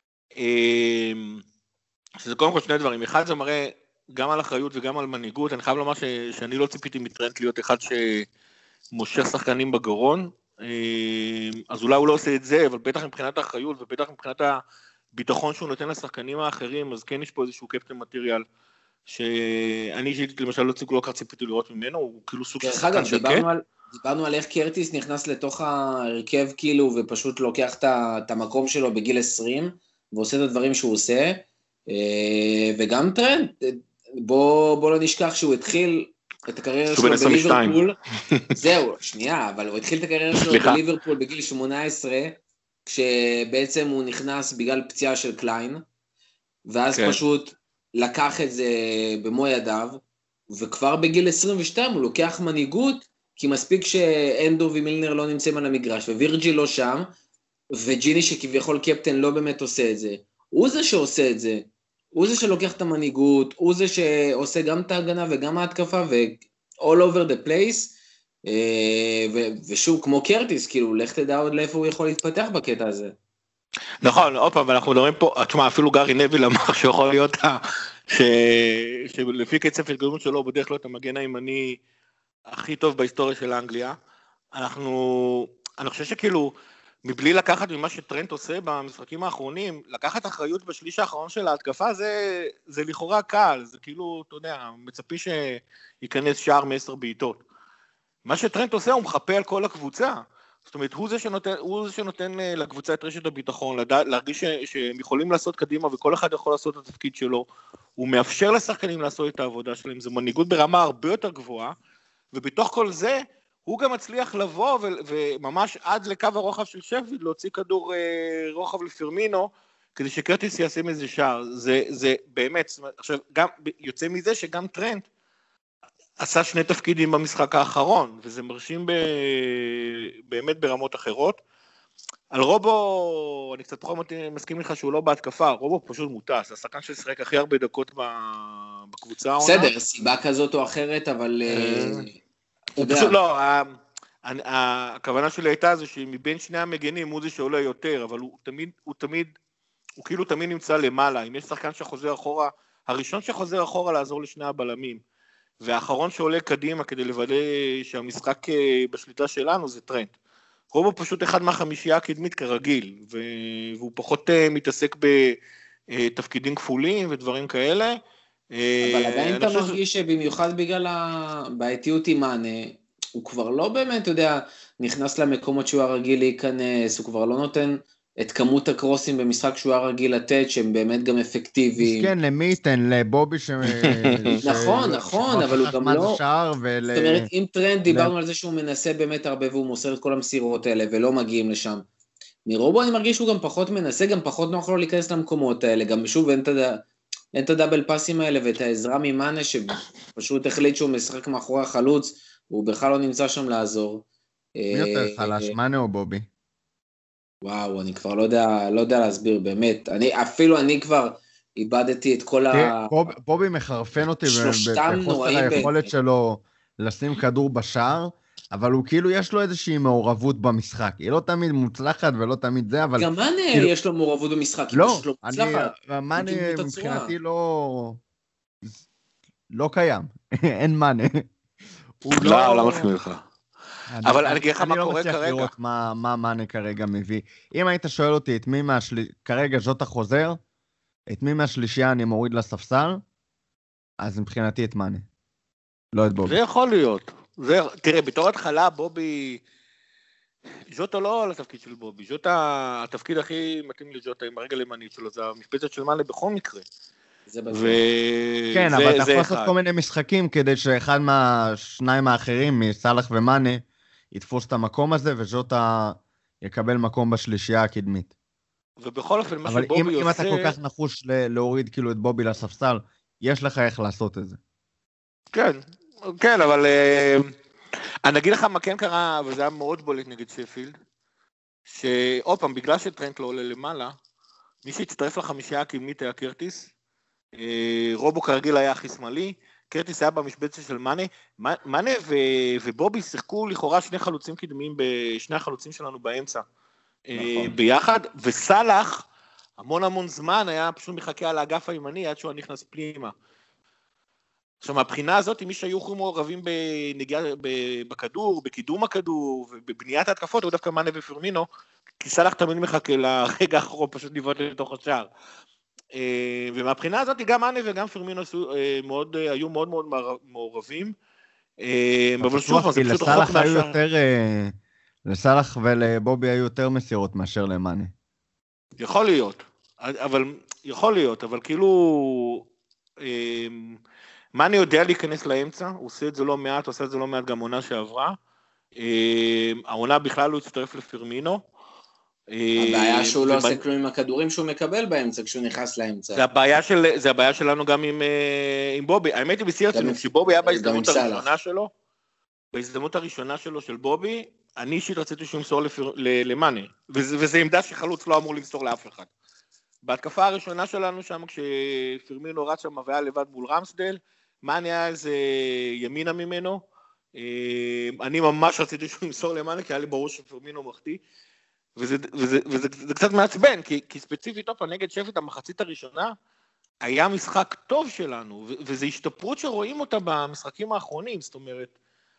שזה קודם כל שני דברים, אחד זה מראה גם על אחריות וגם על מנהיגות, אני חייב לומר ש, שאני לא ציפיתי מטרנט להיות אחד שמושך שחקנים בגרון, אז אולי הוא לא עושה את זה, אבל בטח מבחינת האחריות ובטח מבחינת הביטחון שהוא נותן לשחקנים האחרים, אז כן יש פה איזשהו קפטן מטריאל, שאני למשל לא ציפו לא כך ציפיתי לראות ממנו, הוא כאילו סוג של שחקן שקט. דיברנו על איך קרטיס נכנס לתוך ההרכב כאילו, ופשוט לוקח את המקום שלו בגיל עשרים, ועושה את הדברים שהוא עושה, וגם טרנד, בוא, בוא לא נשכח שהוא התחיל את הקריירה שלו בליברפול, זהו, שנייה, אבל הוא התחיל את הקריירה שלו בליברפול בגיל שמונה עשרה, כשבעצם הוא נכנס בגלל פציעה של קליין, ואז כן. פשוט לקח את זה במו ידיו, וכבר בגיל עשרים ושתיים הוא לוקח מנהיגות, כי מספיק שאנדו ומילנר לא נמצאים על המגרש, ווירג'יל לא שם, וג'יני שכביכול קפטן לא באמת עושה את זה, הוא זה שעושה את זה, הוא זה שלוקח את המנהיגות, הוא זה שעושה גם את ההגנה וגם ההתקפה, ו-all over the place, ו- ושוב, כמו קרטיס, כאילו, לך תדע עוד לאיפה הוא יכול להתפתח בקטע הזה. נכון, עוד פעם, אנחנו מדברים פה, תשמע, אפילו גארי נביל אמר שיכול להיות, ש... שלפי קצב התגלמות שלו, הוא בדרך כלל את המגן הימני הכי טוב בהיסטוריה של האנגליה, אנחנו, אני חושב שכאילו, מבלי לקחת ממה שטרנט עושה במשחקים האחרונים, לקחת אחריות בשליש האחרון של ההתקפה, זה, זה לכאורה קל, זה כאילו, אתה יודע, מצפי שייכנס שער מעשר בעיטות. מה שטרנט עושה, הוא מחפה על כל הקבוצה, זאת אומרת, הוא זה שנותן, הוא זה שנותן לקבוצה את רשת הביטחון, לדע, להרגיש ש, שהם יכולים לעשות קדימה, וכל אחד יכול לעשות את התפקיד שלו, הוא מאפשר לשחקנים לעשות את העבודה שלהם, זו מנהיגות ברמה הרבה יותר גבוהה, ובתוך כל זה, הוא גם מצליח לבוא, ו, וממש עד לקו הרוחב של שפילד, להוציא כדור אה, רוחב לפרמינו, כדי שקרטיס יעשה מזה שער, זה, זה באמת, עכשיו, גם, יוצא מזה שגם טרנט, עשה שני תפקידים במשחק האחרון, וזה מרשים ב... באמת ברמות אחרות. על רובו, אני קצת פחות מסכים לך שהוא לא בהתקפה, רובו פשוט מוטס, השחקן ששחק הכי הרבה דקות בקבוצה העונה. בסדר, סיבה כזאת או אחרת, אבל... הוא פשוט לא, הכוונה שלי הייתה זה שמבין שני המגנים הוא זה שעולה יותר, אבל הוא תמיד, הוא תמיד, הוא כאילו תמיד נמצא למעלה, אם יש שחקן שחוזר אחורה, הראשון שחוזר אחורה לעזור לשני הבלמים, והאחרון שעולה קדימה כדי לוודא שהמשחק בשליטה שלנו זה טרנט. רובו פשוט אחד מהחמישייה הקדמית כרגיל, והוא פחות מתעסק בתפקידים כפולים ודברים כאלה. אבל עדיין אתה מרגיש שבמיוחד בגלל הבעייתיות עם מענה, הוא כבר לא באמת, אתה יודע, נכנס למקומות שהוא הרגיל להיכנס, הוא כבר לא נותן את כמות הקרוסים במשחק שהוא הרגיל לתת, שהם באמת גם אפקטיביים. כן, למי ייתן? לבובי ש... נכון, נכון, אבל הוא גם לא... זאת אומרת, אם טרנד דיברנו על זה שהוא מנסה באמת הרבה, והוא מוסר את כל המסירות האלה, ולא מגיעים לשם. מרובו אני מרגיש שהוא גם פחות מנסה, גם פחות נוח לו להיכנס למקומות האלה, גם שוב אין את הדאבל פאסים האלה, ואת העזרה ממאנה, שפשוט החליט שהוא משחק מאחורי החלוץ, והוא בכלל לא נמצא שם לעזור. מי יותר חלש, מאנה או בובי? וואו, אני כבר לא יודע, לא יודע להסביר, באמת. אני, אפילו אני כבר איבדתי את כל ה... בובי מחרפן אותי בחוסר היכולת שלו לשים כדור בשער, אבל הוא כאילו יש לו איזושהי מעורבות במשחק. היא לא תמיד מוצלחת ולא תמיד זה, אבל... גם מאנה יש לו מעורבות במשחק. לא, מאנה מבחינתי לא... לא קיים. אין מאנה. לא, לא מסכים לך. אבל אני אגיד לך מה קורה כרגע. אני לא מצליח לראות מה מאנה כרגע מביא. אם היית שואל אותי את מי מהשלישייה, כרגע ז'וטה חוזר, את מי מהשלישייה אני מוריד לספסל, אז מבחינתי את מאנה. לא את בובי. זה יכול להיות. תראה, בתור התחלה בובי, ז'וטה לא על התפקיד של בובי, ז'וטה, התפקיד הכי מתאים לז'וטה עם הרגל הימנית שלו, זה המשבצת של מאנה בכל מקרה. כן, אבל אתה יכול לעשות כל מיני משחקים כדי שאחד מהשניים האחרים, מסלח ומאנה, יתפוס את המקום הזה, וז'וטה יקבל מקום בשלישייה הקדמית. ובכל אופן, מה שבובי עושה... אבל אם אתה כל כך נחוש להוריד כאילו את בובי לספסל, יש לך איך לעשות את זה. כן, כן, אבל אני אגיד לך מה כן קרה, וזה היה מאוד בולט נגד שפילד, שעוד פעם, בגלל שטרנט לא עולה למעלה, מי שהצטרף לחמישייה הקדמית היה קרטיס, רובו כרגיל היה הכי שמאלי, קרטיס היה במשבצת של מאנה, מאנה ובובי שיחקו לכאורה שני חלוצים קדמיים, שני החלוצים שלנו באמצע, ביחד, וסלח המון המון זמן היה פשוט מחכה על האגף הימני עד שהוא נכנס פנימה. עכשיו מהבחינה הזאת, מי שהיו הכי מעורבים בנגיעה בכדור, בקידום הכדור, ובבניית ההתקפות, הוא דווקא מאנה ופרמינו, כי סלח תמיד מחכה לרגע האחרון פשוט לבעוט לתוך השער. ומהבחינה הזאת גם מאנה וגם פרמינו היו מאוד מאוד מעורבים, אבל שוב, זה פשוט רחוק מהשאר. לסלח ולבובי היו יותר מסירות מאשר למאנה. יכול להיות, אבל יכול להיות, אבל כאילו מאנה יודע להיכנס לאמצע, הוא עושה את זה לא מעט, עושה את זה לא מעט גם עונה שעברה, העונה בכלל הוא הצטרף לפרמינו, הבעיה שהוא לא עושה כלום עם הכדורים שהוא מקבל באמצע, כשהוא נכנס לאמצע. זה הבעיה שלנו גם עם בובי. האמת היא בסיירצנו, כשבובי היה בהזדמנות הראשונה שלו, בהזדמנות הראשונה שלו של בובי, אני אישית רציתי שהוא ימסור למאנה, וזו עמדה שחלוץ לא אמור למסור לאף אחד. בהתקפה הראשונה שלנו שם, כשפרמינו רץ שם והיה לבד מול רמסדל, מאנה היה איזה ימינה ממנו, אני ממש רציתי שהוא ימסור למאנה, כי היה לי ברור שפרמינו מחטיא, וזה, וזה, וזה, וזה קצת מעצבן, כי, כי ספציפית אופה נגד שפט המחצית הראשונה, היה משחק טוב שלנו, ו, וזה השתפרות שרואים אותה במשחקים האחרונים, זאת אומרת,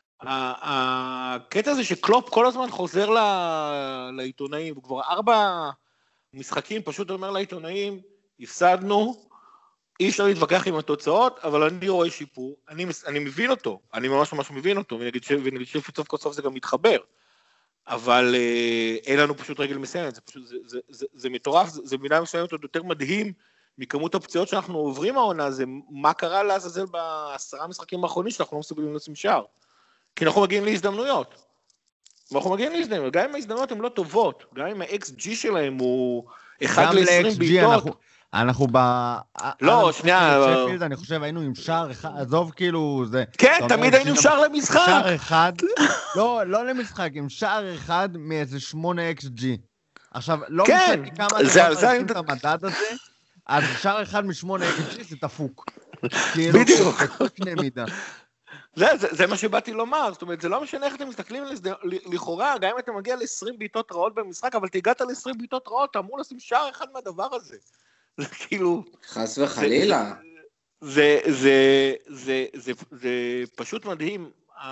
הקטע הזה שקלופ כל הזמן חוזר ל, לעיתונאים, וכבר ארבע משחקים פשוט אומר לעיתונאים, הפסדנו, אי אפשר להתווכח עם התוצאות, אבל אני רואה שיפור, אני, אני מבין אותו, אני ממש ממש מבין אותו, ונגיד, ונגיד שפט סוף כל סוף זה גם מתחבר, אבל אין לנו פשוט רגל מסיימת, זה פשוט, זה, זה, זה, זה מטורף, זה, זה מילה מסוימת עוד יותר מדהים, מכמות הפציעות שאנחנו עוברים העונה, זה מה קרה לעזאזל בעשרה משחקים האחרונים, שאנחנו לא מסוגלים לשים שער. כי אנחנו מגיעים להזדמנויות. ואנחנו מגיעים להזדמנויות, גם אם ההזדמנויות הן לא טובות, גם אם ה-אקס ג'י שלהם הוא אחד ל-עשרים בעיטות. אנחנו ב... לא, שנייה. אני חושב, היינו עם שער אחד, עזוב כאילו זה... כן, תמיד היינו עם שער למשחק. שער אחד, לא, לא למשחק, עם שער אחד מאיזה שמונה אקס ג'י. עכשיו, לא משנה כמה זה עושים את המדד הזה, אז שער אחד משמונה אקס ג'י זה תפוק. בדיוק. כאילו, קנה מידה. זה, זה, זה מה שבאתי לומר, זאת אומרת, זה לא משנה איך אתם מסתכלים לכאורה, גם אם אתה מגיע ל-עשרים בעיטות רעות במשחק, אבל תיגעת ל-עשרים בעיטות רעות, אתה אמור לשים שער אחד מהדבר הזה. זה כאילו... חס וחלילה. זה, זה, זה, זה, זה, זה פשוט מדהים,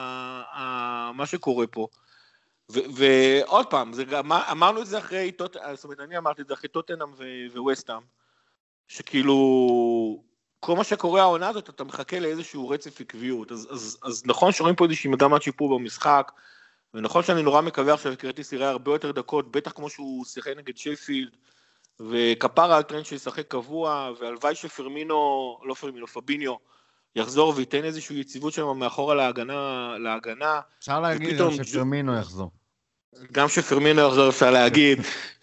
מה שקורה פה. ועוד פעם, אמרנו את זה אחרי, זאת אומרת, אני אמרתי את זה אחרי טוטנהאם וווסטהאם, שכאילו... כל מה שקורה העונה הזאת, אתה מחכה לאיזשהו רצף עקביות, אז, אז, אז נכון שרואים פה איזושהי מגמת שיפור במשחק, ונכון שאני נורא מקווה עכשיו שקרטיס יראה הרבה יותר דקות, בטח כמו שהוא שיחק נגד שפילד, וכפרה על טרנד שישחק קבוע, והלוואי שפרמינו, לא פרמינו, פביניו, יחזור וייתן איזושהי יציבות שם מאחורה להגנה, להגנה. אפשר להגיד ופתאום... שפרמינו יחזור. גם שפרמינו יחזור אפשר להגיד,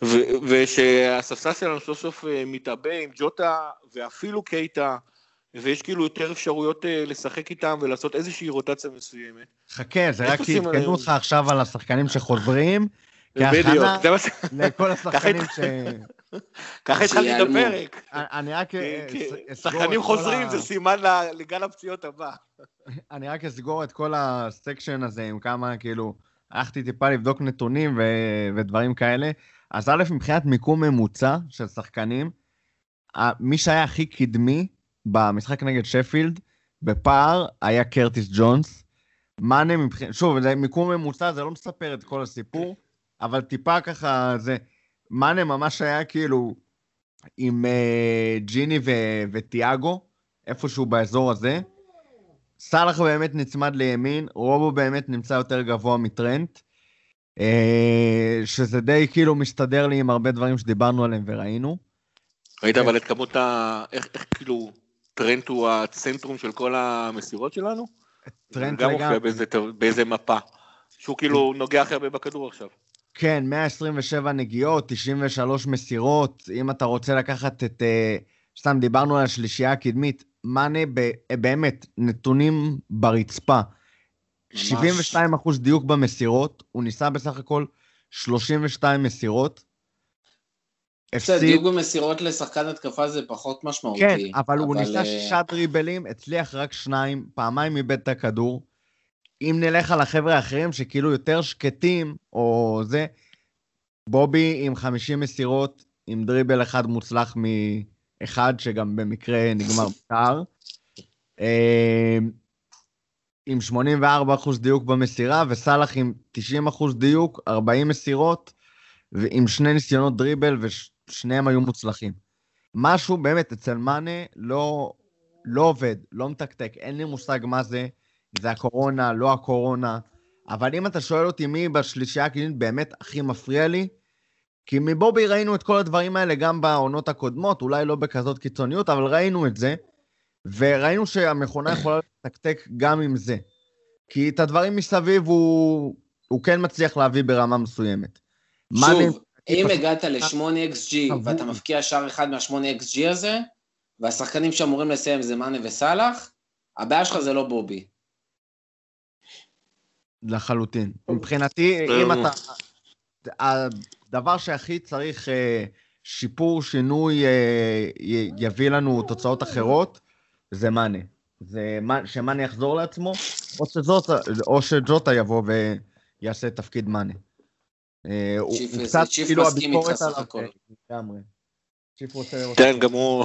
ושהספסל שלנו סוף סוף מתאבא עם ג'וטה, ואפילו קייטה, ויש כאילו יותר אפשרויות לשחק איתם, ולעשות איזושהי רוטציה מסוימת. חכה, זה רק כי התקדמו לך עכשיו על השחקנים שחוזרים, כהכנה לכל השחקנים ש... ככה התחלתי את הפרק. אני רק... שחקנים חוזרים, זה סימן לגל הפציעות הבא. אני רק אסגור את כל הסקשן הזה, עם כמה כאילו... הלכתי טיפה לבדוק נתונים ו- ודברים כאלה, אז א' מבחינת מיקום ממוצע של שחקנים, מי שהיה הכי קדמי במשחק נגד שפילד, בפער היה קרטיס ג'ונס, מאנה מבחינת, שוב, זה מיקום ממוצע, זה לא מספר את כל הסיפור, אבל טיפה ככה זה, מאנה ממש היה כאילו עם uh, ג'יני ו- וטיאגו, איפשהו באזור הזה, סלח באמת נצמד לימין, רובו באמת נמצא יותר גבוה מטרנט, שזה די כאילו מסתדר לי עם הרבה דברים שדיברנו עליהם וראינו. ראית אבל את כמות ה... איך, איך כאילו טרנט הוא הצנטרום של כל המסירות שלנו? טרנט גם מופיע באיזה, באיזה מפה, שהוא כאילו נוגע הכי הרבה בכדור עכשיו. כן, מאה עשרים ושבע נגיעות, תשעים ושלוש מסירות, אם אתה רוצה לקחת את... סתם דיברנו על השלישייה הקדמית, מאנה באמת נתונים ברצפה, שבעים ושתיים אחוז דיוק במסירות, הוא ניסה בסך הכל שלושים ושתיים מסירות. דיוק במסירות לשחקן התקפה זה פחות משמעותי. כן, אבל הוא ניסה שישה דריבלים, הצליח רק שניים, פעמיים מבית את הכדור. אם נלך על החבר'ה האחרים שכאילו יותר שקטים או זה, בובי עם חמישים מסירות, עם דריבל אחד מוצלח מ... אחד שגם במקרה נגמר בקר, עם שמונים וארבעה אחוז דיוק במסירה, וסלח עם תשעים אחוז דיוק, ארבעים מסירות, ועם שני ניסיונות דריבל, ושניהם היו מוצלחים. משהו באמת אצל מאנה לא, לא עובד, לא מתקתק, אין לי מושג מה זה, זה הקורונה, לא הקורונה, אבל אם אתה שואל אותי מי בשלישייה הקדמית באמת הכי מפריע לי, כי מבובי ראינו את כל הדברים האלה גם בעונות הקודמות, אולי לא בכזאת קיצוניות, אבל ראינו את זה, וראינו שהמכונה יכולה לתקתק גם עם זה. כי את הדברים מסביב הוא, הוא כן מצליח להביא ברמה מסוימת. שוב, אם הגעת ל-שמונה אקס ג'י, ואתה מפקיע שער אחד מה-שמונה אקס ג'י הזה, והשחקנים שאמורים לסיים זה מאנה וסלח, הבעיה שלך זה לא בובי. לחלוטין. מבחינתי, אם אתה... הדבר שהכי צריך שיפור, שינוי, יביא לנו תוצאות אחרות, זה מאנה. זה שמאנה יחזור לעצמו, או שזאת, או שג'וטה יבוא ויעשה תפקיד מאנה. הוא קצת כאילו הביקורת עליו. לגמרי. צ'יפ רוצה... כן, גם הוא...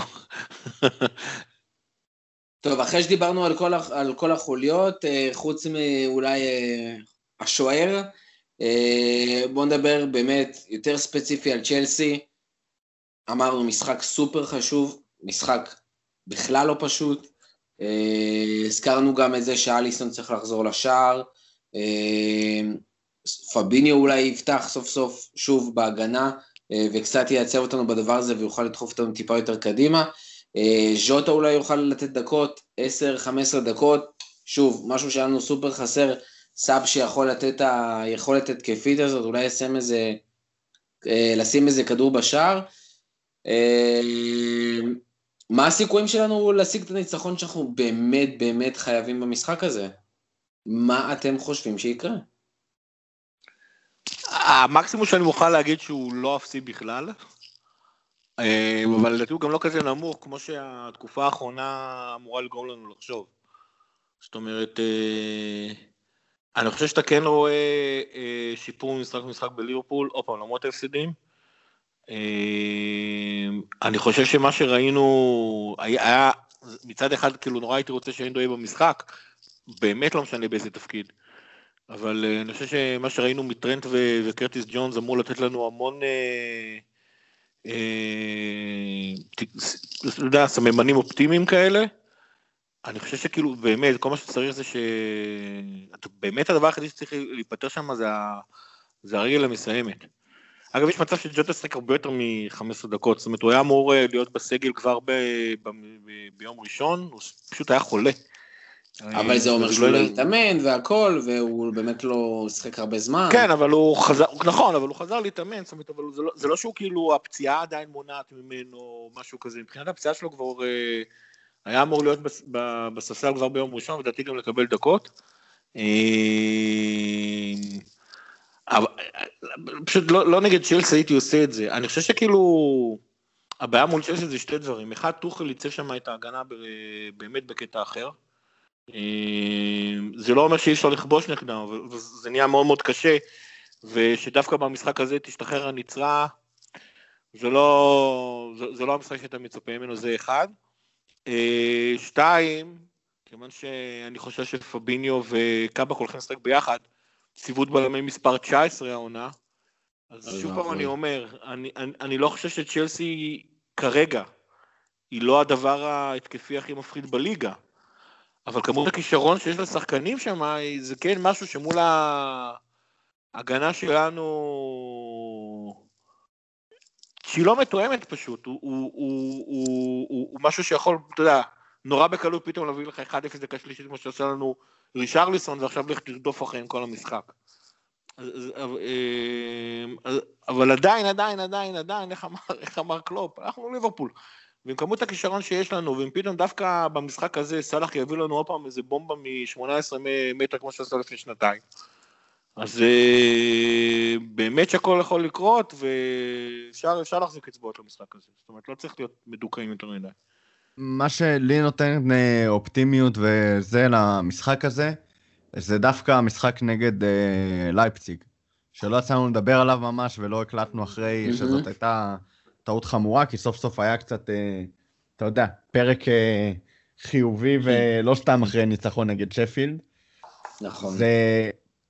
טוב, אחרי שדיברנו על כל, על כל החוליות, חוץ מאולי השוער, בואו נדבר באמת יותר ספציפי על צ'לסי. אמרנו משחק סופר חשוב, משחק בכלל לא פשוט. הזכרנו גם את זה שאליסון צריך לחזור לשער. פביניו אולי יפתח סוף סוף שוב בהגנה, וקצת ייצב אותנו בדבר הזה, ויוכל לדחוף אותנו טיפה יותר קדימה. ז'וטה אולי יוכל לתת דקות, עשר חמש עשרה דקות, שוב, משהו שלנו סופר חסר, סאב שיכול לתת היכולת התקפית הזאת, אולי ישים איזה, לשים איזה כדור בשער. מה הסיכויים שלנו להשיג את הניצחון שאנחנו באמת באמת חייבים במשחק הזה? מה אתם חושבים שיקרה? המקסימום שאני מוכן להגיד שהוא לא אפסי בכלל, אבל לדעתי הוא גם לא כזה נמוך, כמו שהתקופה האחרונה אמורה לגרום לנו לחשוב. זאת אומרת, אני חושב שאתה כן רואה שיפור ממשחק משחק בליברפול, או פעם למרות ההפסדים. אני חושב שמה שראינו, היה מצד אחד כאילו נורא הייתי רוצה שאין דועה במשחק, באמת לא משנה באיזה תפקיד. אבל אני חושב שמה שראינו מטרנט וקרטיס ג'ונס אמור לתת לנו המון, אתה יודע, סממנים אופטימיים כאלה. אני חושב שכאילו באמת, כל מה שצריך זה ש... באמת הדבר היחידי שצריך להיפטר שם זה הרגל המסיימת. אגב, יש מצב שג'וטה שחק הרבה יותר מ-חמש עשרה דקות, זאת אומרת, הוא היה אמור להיות בסגל כבר ביום ראשון, הוא פשוט היה חולה. אבל זה אומר שהוא לא להתאמן והכל, והוא באמת לא שחק הרבה זמן. כן, אבל הוא חזר, נכון, אבל הוא חזר להתאמן, זאת אומרת, אבל זה לא שהוא כאילו, הפציעה עדיין מונעת ממנו, או משהו כזה, מבחינת הפציעה שלו כבר, היה אמור להיות בספסל כבר ביום ראשון, ודעתי גם לקבל דקות. פשוט לא נגד צ'לסי הייתי עושה את זה, אני חושב שכאילו, הבעיה מול צ'לסי זה שתי דברים, אחד, טוחל ייצב שם את ההגנה באמת בקטע אחר, זה לא אומר שאי אפשר לכבוש נגדם, אבל זה נהיה מאוד מאוד קשה, ושדווקא במשחק הזה תשתחרר הנצרה, זה לא, זה, זה לא המשחק שאתה מצפה ממנו, זה אחד. שתיים, כיוון שאני חושב שפביניו וקאבה הולכים לשחק ביחד, סיבוד בלמי מספר תשע עשרה העונה, אז שוב פעם אני אומר, אני, אני, אני לא חושב שצ'לסי כרגע, היא לא הדבר ההתקפי הכי מפחיד בליגה, אבל כמות הכישרון שיש לשחקנים שם, זה כן משהו שמול ההגנה שלנו, שהיא לא מתואמת פשוט, הוא, הוא, הוא, הוא, הוא, הוא משהו שיכול, אתה יודע, נורא בקלות פתאום להביא לך אחד אפס דקה שלישית, כמו שעושה לנו רישרליסון, ועכשיו לך תרדוף אחריהם כל המשחק. אבל עדיין, עדיין, עדיין, עדיין, איך אמר, איך אמר קלופ, אנחנו ליברפול. ועם כמות הכישרון שיש לנו, ואם פתאום דווקא במשחק הזה, סלח יביא לנו עוד פעם איזה בומבה מ-שמונה עשרה מטר, כמו שעשה לפני שנתיים. אז באמת שהכל יכול לקרות, ואפשר להחזיק אצבעות למשחק הזה. זאת אומרת, לא צריך להיות מדוכאים יותר מדי. מה שלי נותן אופטימיות וזה למשחק הזה, זה דווקא המשחק נגד אה, לייפציג, שלא יצאנו לדבר עליו ממש, ולא הקלטנו אחרי mm-hmm. שזאת הייתה טעות חמורה, כי סוף סוף היה קצת, אה, אתה יודע, פרק אה, חיובי, ולא סתם אחרי ניצחון נגד שפילד. נכון. זה...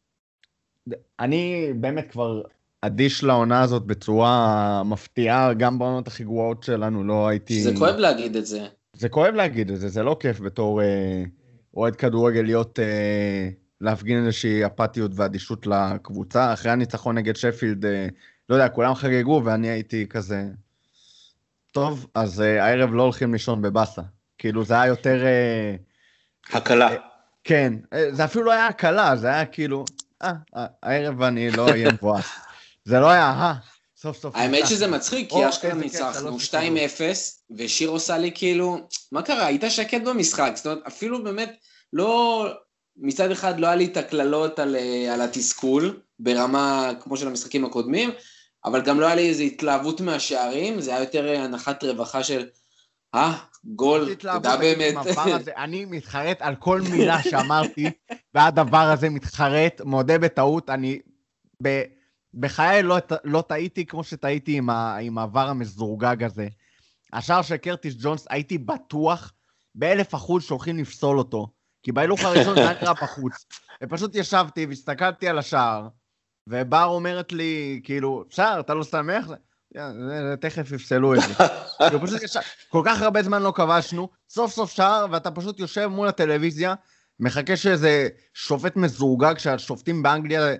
אני באמת כבר אדיש לעונה הזאת בצורה מפתיעה, גם בעונות הכי גרועות שלנו לא הייתי... זה כואב להגיד את זה. זה כואב להגיד את זה, זה לא כיף בתור אה, אוהד כדורגל להיות, אה, להפגין איזושהי אפתיות ואדישות לקבוצה. אחרי הניצחון נגד שפילד, אה, לא יודע, כולם חגגו ואני הייתי כזה... טוב, אז אה, הערב לא הולכים לישון בבאסה. כאילו זה היה יותר... אה, הקלה. אה, כן, אה, זה אפילו לא היה הקלה, זה היה כאילו... אה, הערב אני לא אהיה מבואס. זה לא היה, אה, סוף סוף. האמת שזה מצחיק, כי אשכרה ניצחנו שתיים אפס, ושיר עושה לי כאילו, מה קרה? היית שקט במשחק, זאת אומרת, אפילו באמת לא, מצד אחד לא היה לי את הכללות על, על התסכול, ברמה כמו של המשחקים הקודמים, אבל גם לא היה לי איזו התלהבות מהשערים, זה היה יותר הנחת רווחה של, אה, גול, תודה באמת. אני מתחרט על כל מילה שאמרתי, והדבר הזה מתחרט, מודה בטעות, אני בחיי לא, לא טעיתי כמו שטעיתי עם, ה, עם העבר המזורגג הזה. השער של קרטיס ג'ונס, הייתי בטוח באלף אחוז שהולכים לפסול אותו, כי בהילוך הראשון זה נקרא בחוץ, ופשוט ישבתי והסתכלתי על השער, ובר אומרת לי, כאילו, שער, אתה לא שמח? תכף יפסלו את זה. כל כך הרבה זמן לא כבשנו, סוף סוף שער, ואתה פשוט יושב מול הטלוויזיה, מחכה שאיזה שופט מזורגג, שהשופטים באנגליה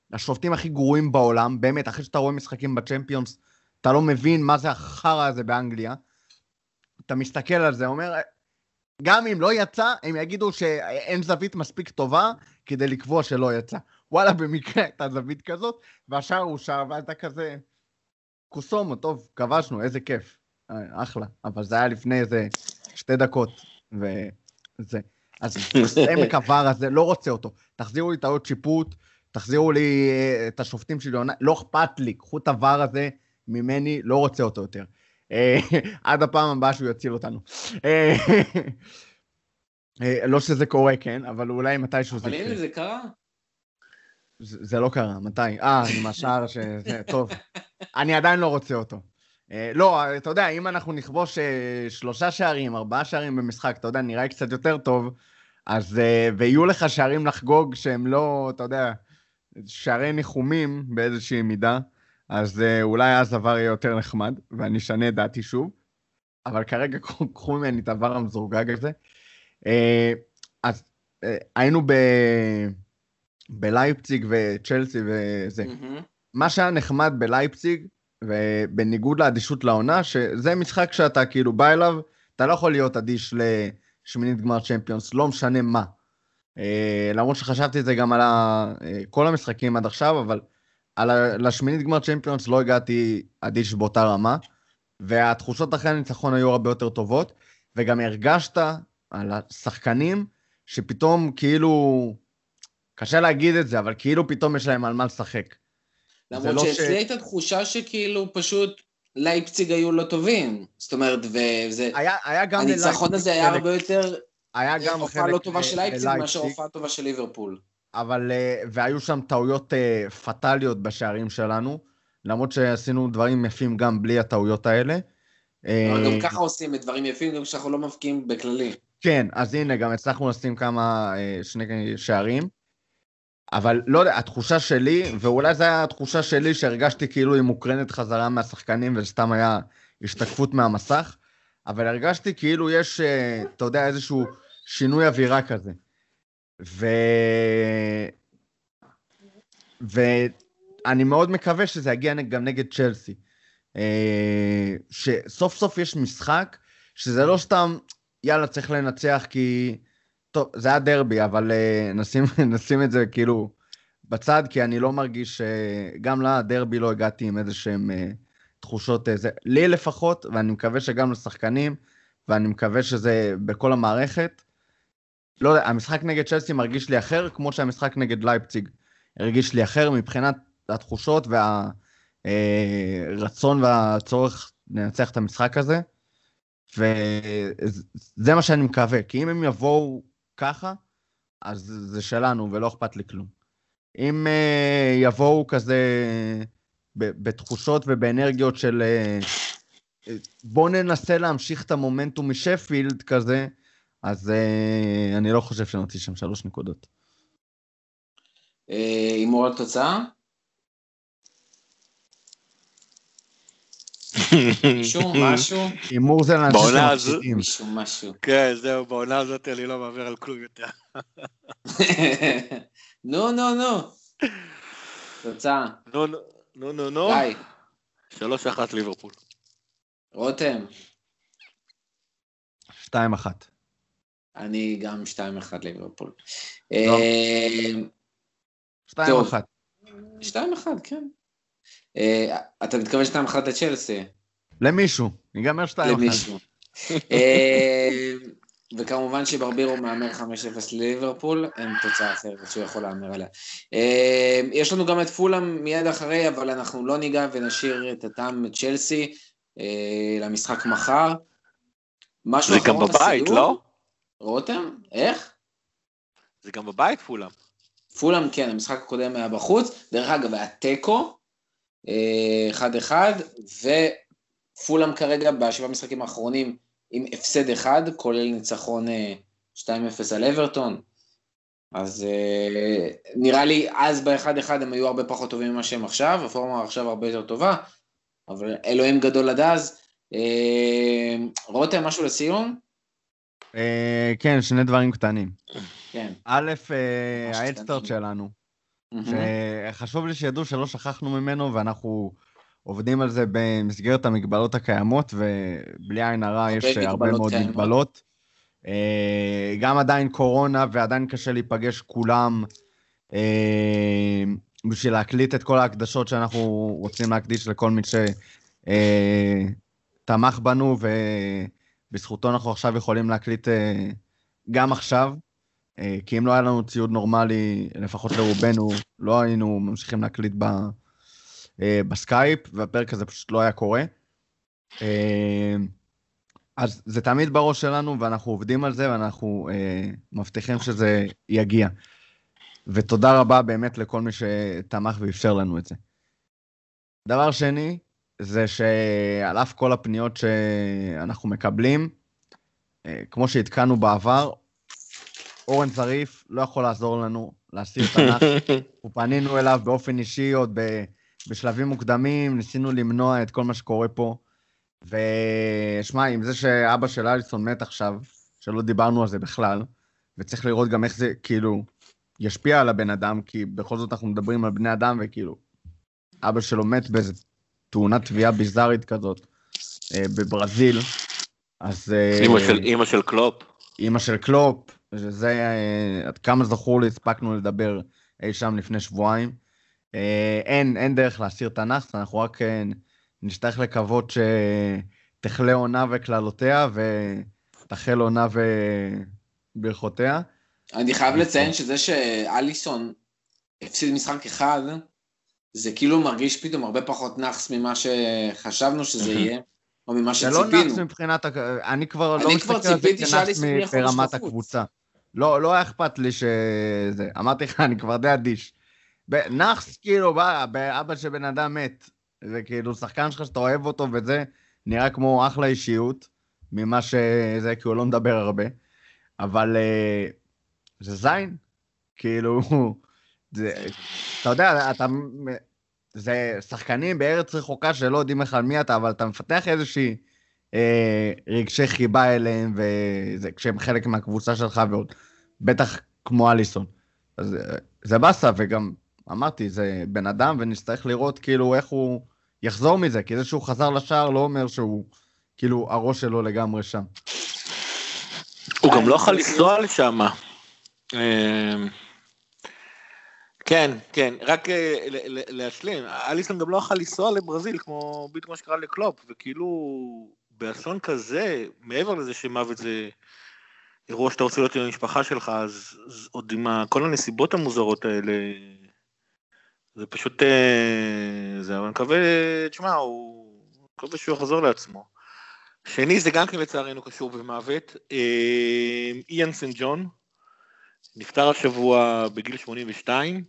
השופטים הכי גרועים בעולם, באמת, אחרי שאתה רואה משחקים בצ'מפיונס, אתה לא מבין מה זה החרא הזה באנגליה, אתה מסתכל על זה, אומר, גם אם לא יצא, הם יגידו שאין זווית מספיק טובה, כדי לקבוע שלא יצא. וואלה, במקרה הייתה זווית כזאת, והשאר הוא שר, ואתה כזה, קוסומו, טוב, כבשנו, איזה כיף, אחלה, אבל זה היה לפני איזה שתי דקות, וזה. אז עמק עבר הזה, לא רוצה אותו. תחזירו לי טעות שיפוט, תחזירו לי את השופטים שלי, לא אכפת לי, קחו את העבר הזה ממני, לא רוצה אותו יותר. עד הפעם הבאה שהוא יציל אותנו. לא שזה קורה, כן, אבל אולי מתישהו זה יקרה. אבל הנה זה קרה. זה לא קרה, מתי? אה, עם השער שזה, טוב. אני עדיין לא רוצה אותו. לא, אתה יודע, אם אנחנו נכבוש שלושה שערים, ארבעה שערים במשחק, אתה יודע, נראה קצת יותר טוב, אז, ויהיו לך שערים לחגוג שהם לא, אתה יודע, שערי ניחומים באיזושהי מידה, אז אולי אז עבר יהיה יותר נחמד, ואני אשנה את דעתי שוב, אבל כרגע קחו ממני את העבר המזורגג הזה. אז היינו ב... בלייפציג וצ'לסי וזה. Mm-hmm. מה שהיה נחמד בלייפציג, ובניגוד לאדישות לעונה, שזה משחק שאתה כאילו בא אליו, אתה לא יכול להיות אדיש לשמינית גמר צ'מפיונס, לא משנה מה. למרות שחשבתי את זה גם על כל המשחקים עד עכשיו, אבל על השמינית גמר צ'מפיונס לא הגעתי אדיש באותה רמה, והתחושות אחרי הניצחון היו הרבה יותר טובות, וגם הרגשת על השחקנים, שפתאום כאילו, קשה להגיד את זה, אבל כאילו פתאום יש להם על מה לשחק. למרות שאצלי הייתה תחושה שכאילו פשוט לייפציג היו לא טובים. זאת אומרת, וזה... הניצחון הזה היה הרבה יותר... היה גם הופעה לא טובה של לייפציג מאשר הופעה טובה של ליברפול. אבל, והיו שם טעויות פטליות בשערים שלנו, למרות שעשינו דברים יפים גם בלי הטעויות האלה. גם ככה עושים את דברים יפים, גם שאנחנו לא מפקיעים בכללי. כן, אז הנה, גם הצלחנו לשים כמה, שני שערים. אבל לא יודע, התחושה שלי, ואולי זו הייתה התחושה שלי שהרגשתי כאילו היא מוקרנת חזרה מהשחקנים, וזה סתם היה השתקפות מהמסך, אבל הרגשתי כאילו יש, אתה יודע, איזשהו שינוי אווירה כזה. ו... ואני מאוד מקווה שזה יגיע גם נגד צ'לסי. שסוף סוף יש משחק, שזה לא סתם, יאללה, צריך לנצח כי... טוב, זה היה דרבי, אבל uh, נשים, נשים את זה כאילו בצד, כי אני לא מרגיש, uh, גם לדרבי לא הגעתי עם איזה שהם uh, תחושות, uh, זה, לי לפחות, ואני מקווה שגם לשחקנים, ואני מקווה שזה בכל המערכת. לא יודע, המשחק נגד צ'לסי מרגיש לי אחר, כמו שהמשחק נגד לייפציג הרגיש לי אחר, מבחינת התחושות והרצון uh, והצורך לנצח את המשחק הזה, וזה מה שאני מקווה, כי אם הם יבואו ככה, אז זה שלנו ולא אכפת לי כלום. אם uh, יבואו כזה בתחושות ובאנרגיות של uh, בוא ננסה להמשיך את המומנטום משפילד כזה, אז uh, אני לא חושב שנוציא שם שלוש נקודות. הימור על תוצאה? משהו, משהו. הימור זה לאנשים שמפסידים. משהו, משהו. כן, זהו, בעונה הזאת אני לא מעביר על כלום יותר. נו, נו, נו. תוצאה. נו, נו, נו, נו. די. שלוש אחת ליברפול. רותם. שתיים אחת. אני גם שתיים אחת ליברפול. שתיים אחת. שתיים אחת, כן. אתה מתכוון שתיים אחת לצ'לסי? למישהו, ניגמר שתיים אחת. למישהו. וכמובן שברבירו מאמר חמש אפס לליברפול, אין תוצאה אחרת שהוא יכול לאמר עליה. יש לנו גם את פולאם מיד אחרי, אבל אנחנו לא ניגע ונשאיר את הטעם צ'לסי למשחק מחר. זה גם בבית, לא? רותם? איך? זה גם בבית פולאם. פולאם, כן, המשחק הקודם היה בחוץ, דרך אגב, היה טקו, אחד אחד, ופולאם כרגע בשבעה משחקים האחרונים עם הפסד אחד, כולל ניצחון שתיים אפס על אברטון, אז נראה לי אז ב-אחד אחד הם היו הרבה פחות טובים ממה שהם עכשיו, הפורמה עכשיו הרבה יותר טובה, אבל אלוהים גדול עד אז. רותם, משהו לסיום? כן, שני דברים קטנים. כן. א', ההדסטארט שלנו, שחשוב לי שידעו שלא שכחנו ממנו, ואנחנו עובדים על זה במסגרת המגבלות הקיימות, ובלי עין הרע יש הרבה מאוד מגבלות. גם עדיין קורונה, ועדיין קשה להיפגש כולם, בשביל להקליט את כל ההקדשות שאנחנו רוצים להקדיש לכל מי שתמך בנו, ובזכותו אנחנו עכשיו יכולים להקליט גם עכשיו, כי אם לא היה לנו ציוד נורמלי, לפחות לרובנו, לא היינו ממשיכים להקליט ב, בסקייפ, והפרק הזה פשוט לא היה קורה. אז זה תמיד בראש שלנו, ואנחנו עובדים על זה, ואנחנו מבטיחים שזה יגיע. ותודה רבה באמת לכל מי שתמך ואפשר לנו את זה. דבר שני, זה שעל אף כל הפניות שאנחנו מקבלים, כמו שהתקנו בעבר, אורן זריף לא יכול לעזור לנו להסיר תנ"ך. הוא פנינו אליו באופן אישי עוד בשלבים מוקדמים, ניסינו למנוע את כל מה שקורה פה. ושמע, עם זה שאבא של אליסון מת עכשיו, שלא דיברנו על זה בכלל, וצריך לראות גם איך זה כאילו ישפיע על הבן אדם, כי בכל זאת אנחנו מדברים על בני אדם, וכאילו אבא שלו מת באיזו תאונת תביעה ביזארית כזאת, בברזיל. אז... אמא של, אמא של קלופ. אמא של קלופ. שזה, עד כמה זכור לי, הספקנו לדבר אי שם לפני שבועיים. אין, אין דרך להסיר תנ"ך, אנחנו רק נשתרך לקוות שתחלה עונה וכללותיה, ותחל עונה וברכותיה. אני חייב לציין שזה שאליסון הפסיד משחק אחד, זה כאילו מרגיש פתאום הרבה פחות נחס ממה שחשבנו שזה יהיה. או ממה שציפינו. זה לא נאחס מבחינת, אני כבר לא מסתכל על זה כנאחס ברמת הקבוצה. לא, לא היה אכפת לי שזה, אמרתי לך, אני כבר די אדיש. נאחס כאילו, באבא שבן אדם מת, זה כאילו שחקן שלך שאתה אוהב אותו וזה, נראה כמו אחלה אישיות, ממה שזה, כי הוא לא מדבר הרבה, אבל זה זין, כאילו, אתה יודע, אתה... זה שחקנים בארץ רחוקה שלא יודעים לך על מי אתה, אבל אתה מפתח איזושהי אה, רגשי חיבה אליהם, וזה, כשהם חלק מהקבוצה שלך, ועוד בטח כמו אליסון. אז זה בסה, וגם אמרתי, זה בן אדם, ונצטרך לראות כאילו איך הוא יחזור מזה, כי זה שהוא חזר לשער לא אומר שהוא, כאילו, הראש שלו לגמרי שם. הוא גם לא יכול לנסוע לשם. כן, כן, רק להשלים, אליסון גם לא יכול לנסוע לברזיל, כמו בדיוק מה שקרה לקלופ, וכאילו באסון כזה, מעבר לזה שמוות זה אירוע שאתה רוצה להיות עם המשפחה שלך, אז, אז עוד עם כל הנסיבות המוזרות האלה, זה פשוט, זה, אבל אני מקווה, תשמע, הוא מקווה שהוא יחזור לעצמו. שני, זה גם כן לצערנו קשור במוות, איאן סנט ג'ון, נפטר השבוע בגיל שמונים ושתיים,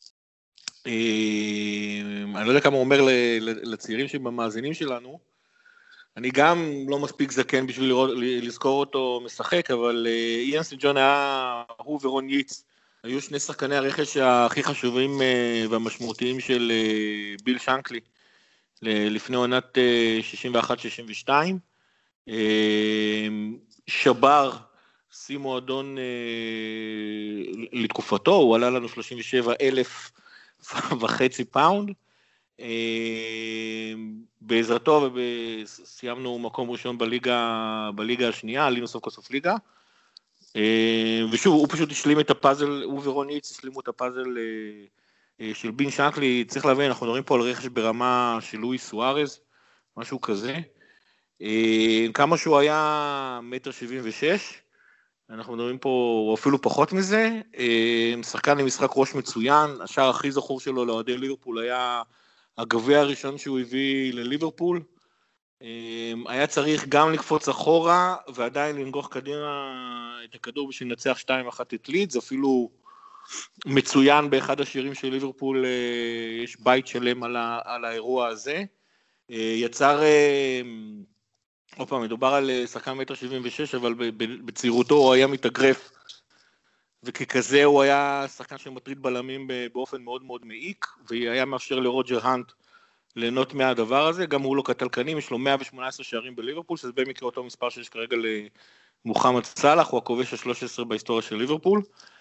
אני לא יודע כמה הוא אומר לצעירים שבמאזינים שלנו, אני גם לא מספיק זקן בשביל לראות, לזכור אותו משחק, אבל איאן סנט ג'ון היה, הוא ורון ייץ, היו שני שחקני הרכש הכי חשובים והמשמעותיים של ביל שנקלי, לפני עונת שישים ואחת שישים ושתיים, שבר, שימו אדון לתקופתו, הוא עלה לנו שלושים ושבעה אלף וחצי פאונד, בעזרתו וסיימנו מקום ראשון בליגה, בליגה השנייה, עלינו סוף כל סוף ליגה, ושוב, הוא פשוט השלים את הפאזל, הוא ורון ייץ השלימו את הפאזל של בין שנקלי, צריך להבין, אנחנו מדברים פה על רכש ברמה של לואי סוארז, משהו כזה, כמה שהוא היה מטר שבעים ושש, אנחנו מדברים פה אפילו פחות מזה, שחקן למשחק ראש מצוין, השער הכי זכור שלו לאוהדי ליברפול היה הגביע הראשון שהוא הביא לליברפול, היה צריך גם לקפוץ אחורה ועדיין לנגוח קדימה את הכדור בשביל לנצח שתיים אחת את לידס, אפילו מצוין באחד השירים של ליברפול, יש בית שלם על, ה, על האירוע הזה, יצר... עוד פעם, מדובר על שחקן מטר שבעים ושש, אבל בצעירותו הוא היה מתאגרף, וככזה הוא היה שחקן שמטריד בלמים באופן מאוד מאוד מעיק, והיה מאפשר לרוג'ר האנט ליהנות מהדבר הזה, גם הוא לא קטלקנים, יש לו מאה ושמונה עשרה שערים בליברפול, שזה במקרה אותו מספר שיש כרגע למוחמד סלאח, הוא הכובש ה-שלוש עשרה בהיסטוריה של ליברפול.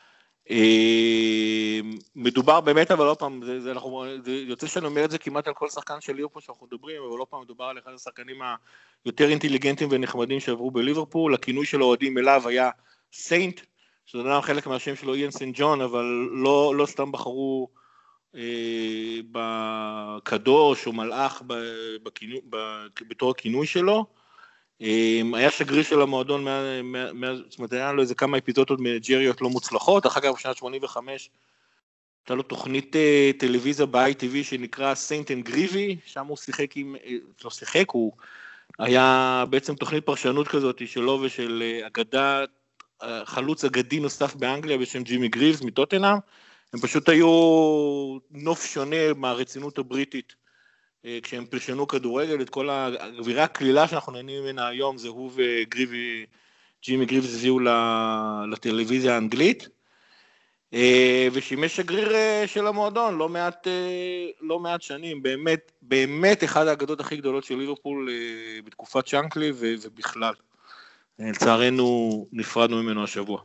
מדובר באמת, אבל לא פעם, זה, זה, אנחנו, זה יוצא שאני אומר את זה כמעט על כל שחקן של ליברפול שאנחנו מדברים, אבל לא פעם מדובר על אחד השחקנים היותר אינטליגנטים ונחמדים שעברו בליברפול, הכינוי של האוהדים אליו היה סיינט, שזה לא חלק מהשם שלו איין סנט ג'ון, אבל לא, לא סתם בחרו אה, בקדוש או מלאך בכינוי, בתור הכינוי שלו, היה שגריר של המועדון, זאת אומרת, היה לו איזה כמה אפיזודות מג'ריות לא מוצלחות, אחר כך בשנת שמונים וחמש, הייתה לו תוכנית טלוויזיה ב-איי טי וי שנקרא סיינט אנד גריבי, שם הוא שיחק עם, לא שיחק, הוא היה בעצם תוכנית פרשנות כזאת שלו ושל אגדה, חלוץ אגדי נוסף באנגליה בשם ג'ימי גריבס מטוטנהאם, הם פשוט היו נוף שונה מהרצינות הבריטית, כשהם פרשנו כדורגל, את כל הגבירה הכלילה שאנחנו נהנים ממנה היום, זה הוא וגריבי, ג'ימי גריבס הביאו לטלוויזיה האנגלית, ושימש שגריר של המועדון, לא מעט, לא מעט שנים, באמת, באמת אחד האגדות הכי גדולות של ליברפול בתקופת צ'אנקלי ובכלל. לצערנו נפרדנו ממנו השבוע.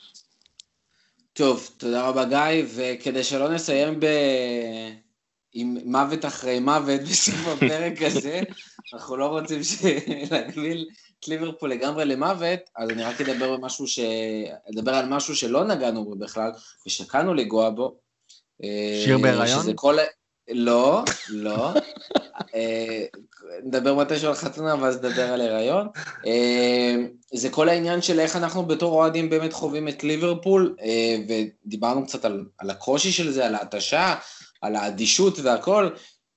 טוב, תודה רבה גיא, וכדי שלא נסיים ב... עם מוות אחרי מוות בסוף הפרק הזה, אנחנו לא רוצים להגביל את ליברפול לגמרי למוות, אז אני רק אדבר במשהו ש... אדבר על משהו שלא נגענו בו בכלל, ושקענו לגוע בו. שיר בהיריון? שזה כל... לא, לא. נדבר מתישהו על חתונה, ואז נדבר על הריון. זה כל העניין של איך אנחנו בתור אוהדים באמת חווים את ליברפול, ודיברנו קצת על, על הקושי של זה, על ההתשה, על האדישות והכל,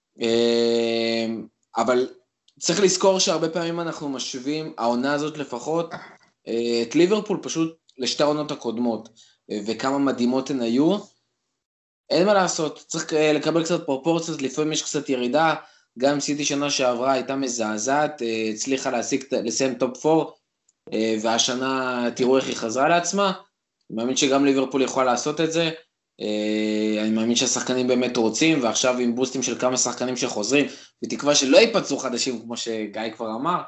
אבל צריך לזכור שהרבה פעמים אנחנו משווים, העונה הזאת לפחות, את ליברפול פשוט לשתי העונות הקודמות, וכמה מדהימות הן היו, אין מה לעשות, צריך לקבל קצת פרופורציות, לפעמים יש קצת ירידה, גם סיטי שנה שעברה הייתה מזעזעת, הצליחה להשיג, לסיים טופ פור, והשנה תראו איך היא חזרה לעצמה, אני מאמין שגם ליברפול יכול לעשות את זה, אני מאמין שהשחקנים באמת רוצים, ועכשיו עם בוסטים של כמה שחקנים שחוזרים, בתקווה שלא ייפצעו חדשים, כמו שגיא כבר אמר.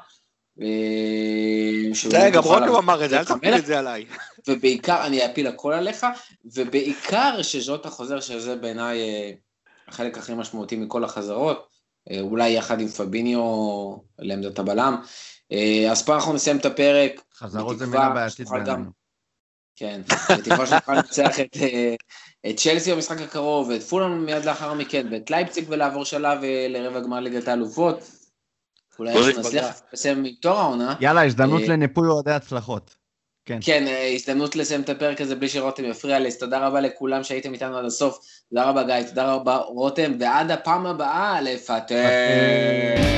זה, גם רותם אמר את זה, אל תפיל את זה עליי. ובעיקר, אני אפיל הכל עליך, ובעיקר שז'וטה חוזר, שזה בעיניי החלק הכי משמעותי מכל החזרות, אולי יחד עם פביניו לעמדת הבלם. אז פה אנחנו נסיים את הפרק. חזרות זה מילה בעייתית בעינינו. כן, בתקווה שנוכל לנצח את... את צ'לסי במשחק הקרוב, ואת פולהאם מיד לאחר מכן, ואת לייפציג ולעבור שלב לרבע גמר ליגת האלופות. אולי נצליח לסיים מתור העונה. יאללה, הזדמנות לניפוי אוהדי הצלחות. כן, הזדמנות לסיים את הפרק הזה בלי שרותם יפריע לי. תודה רבה לכולם שהייתם איתנו עד הסוף. תודה רבה גיא, תודה רבה רותם, ועד הפעם הבאה לפטר.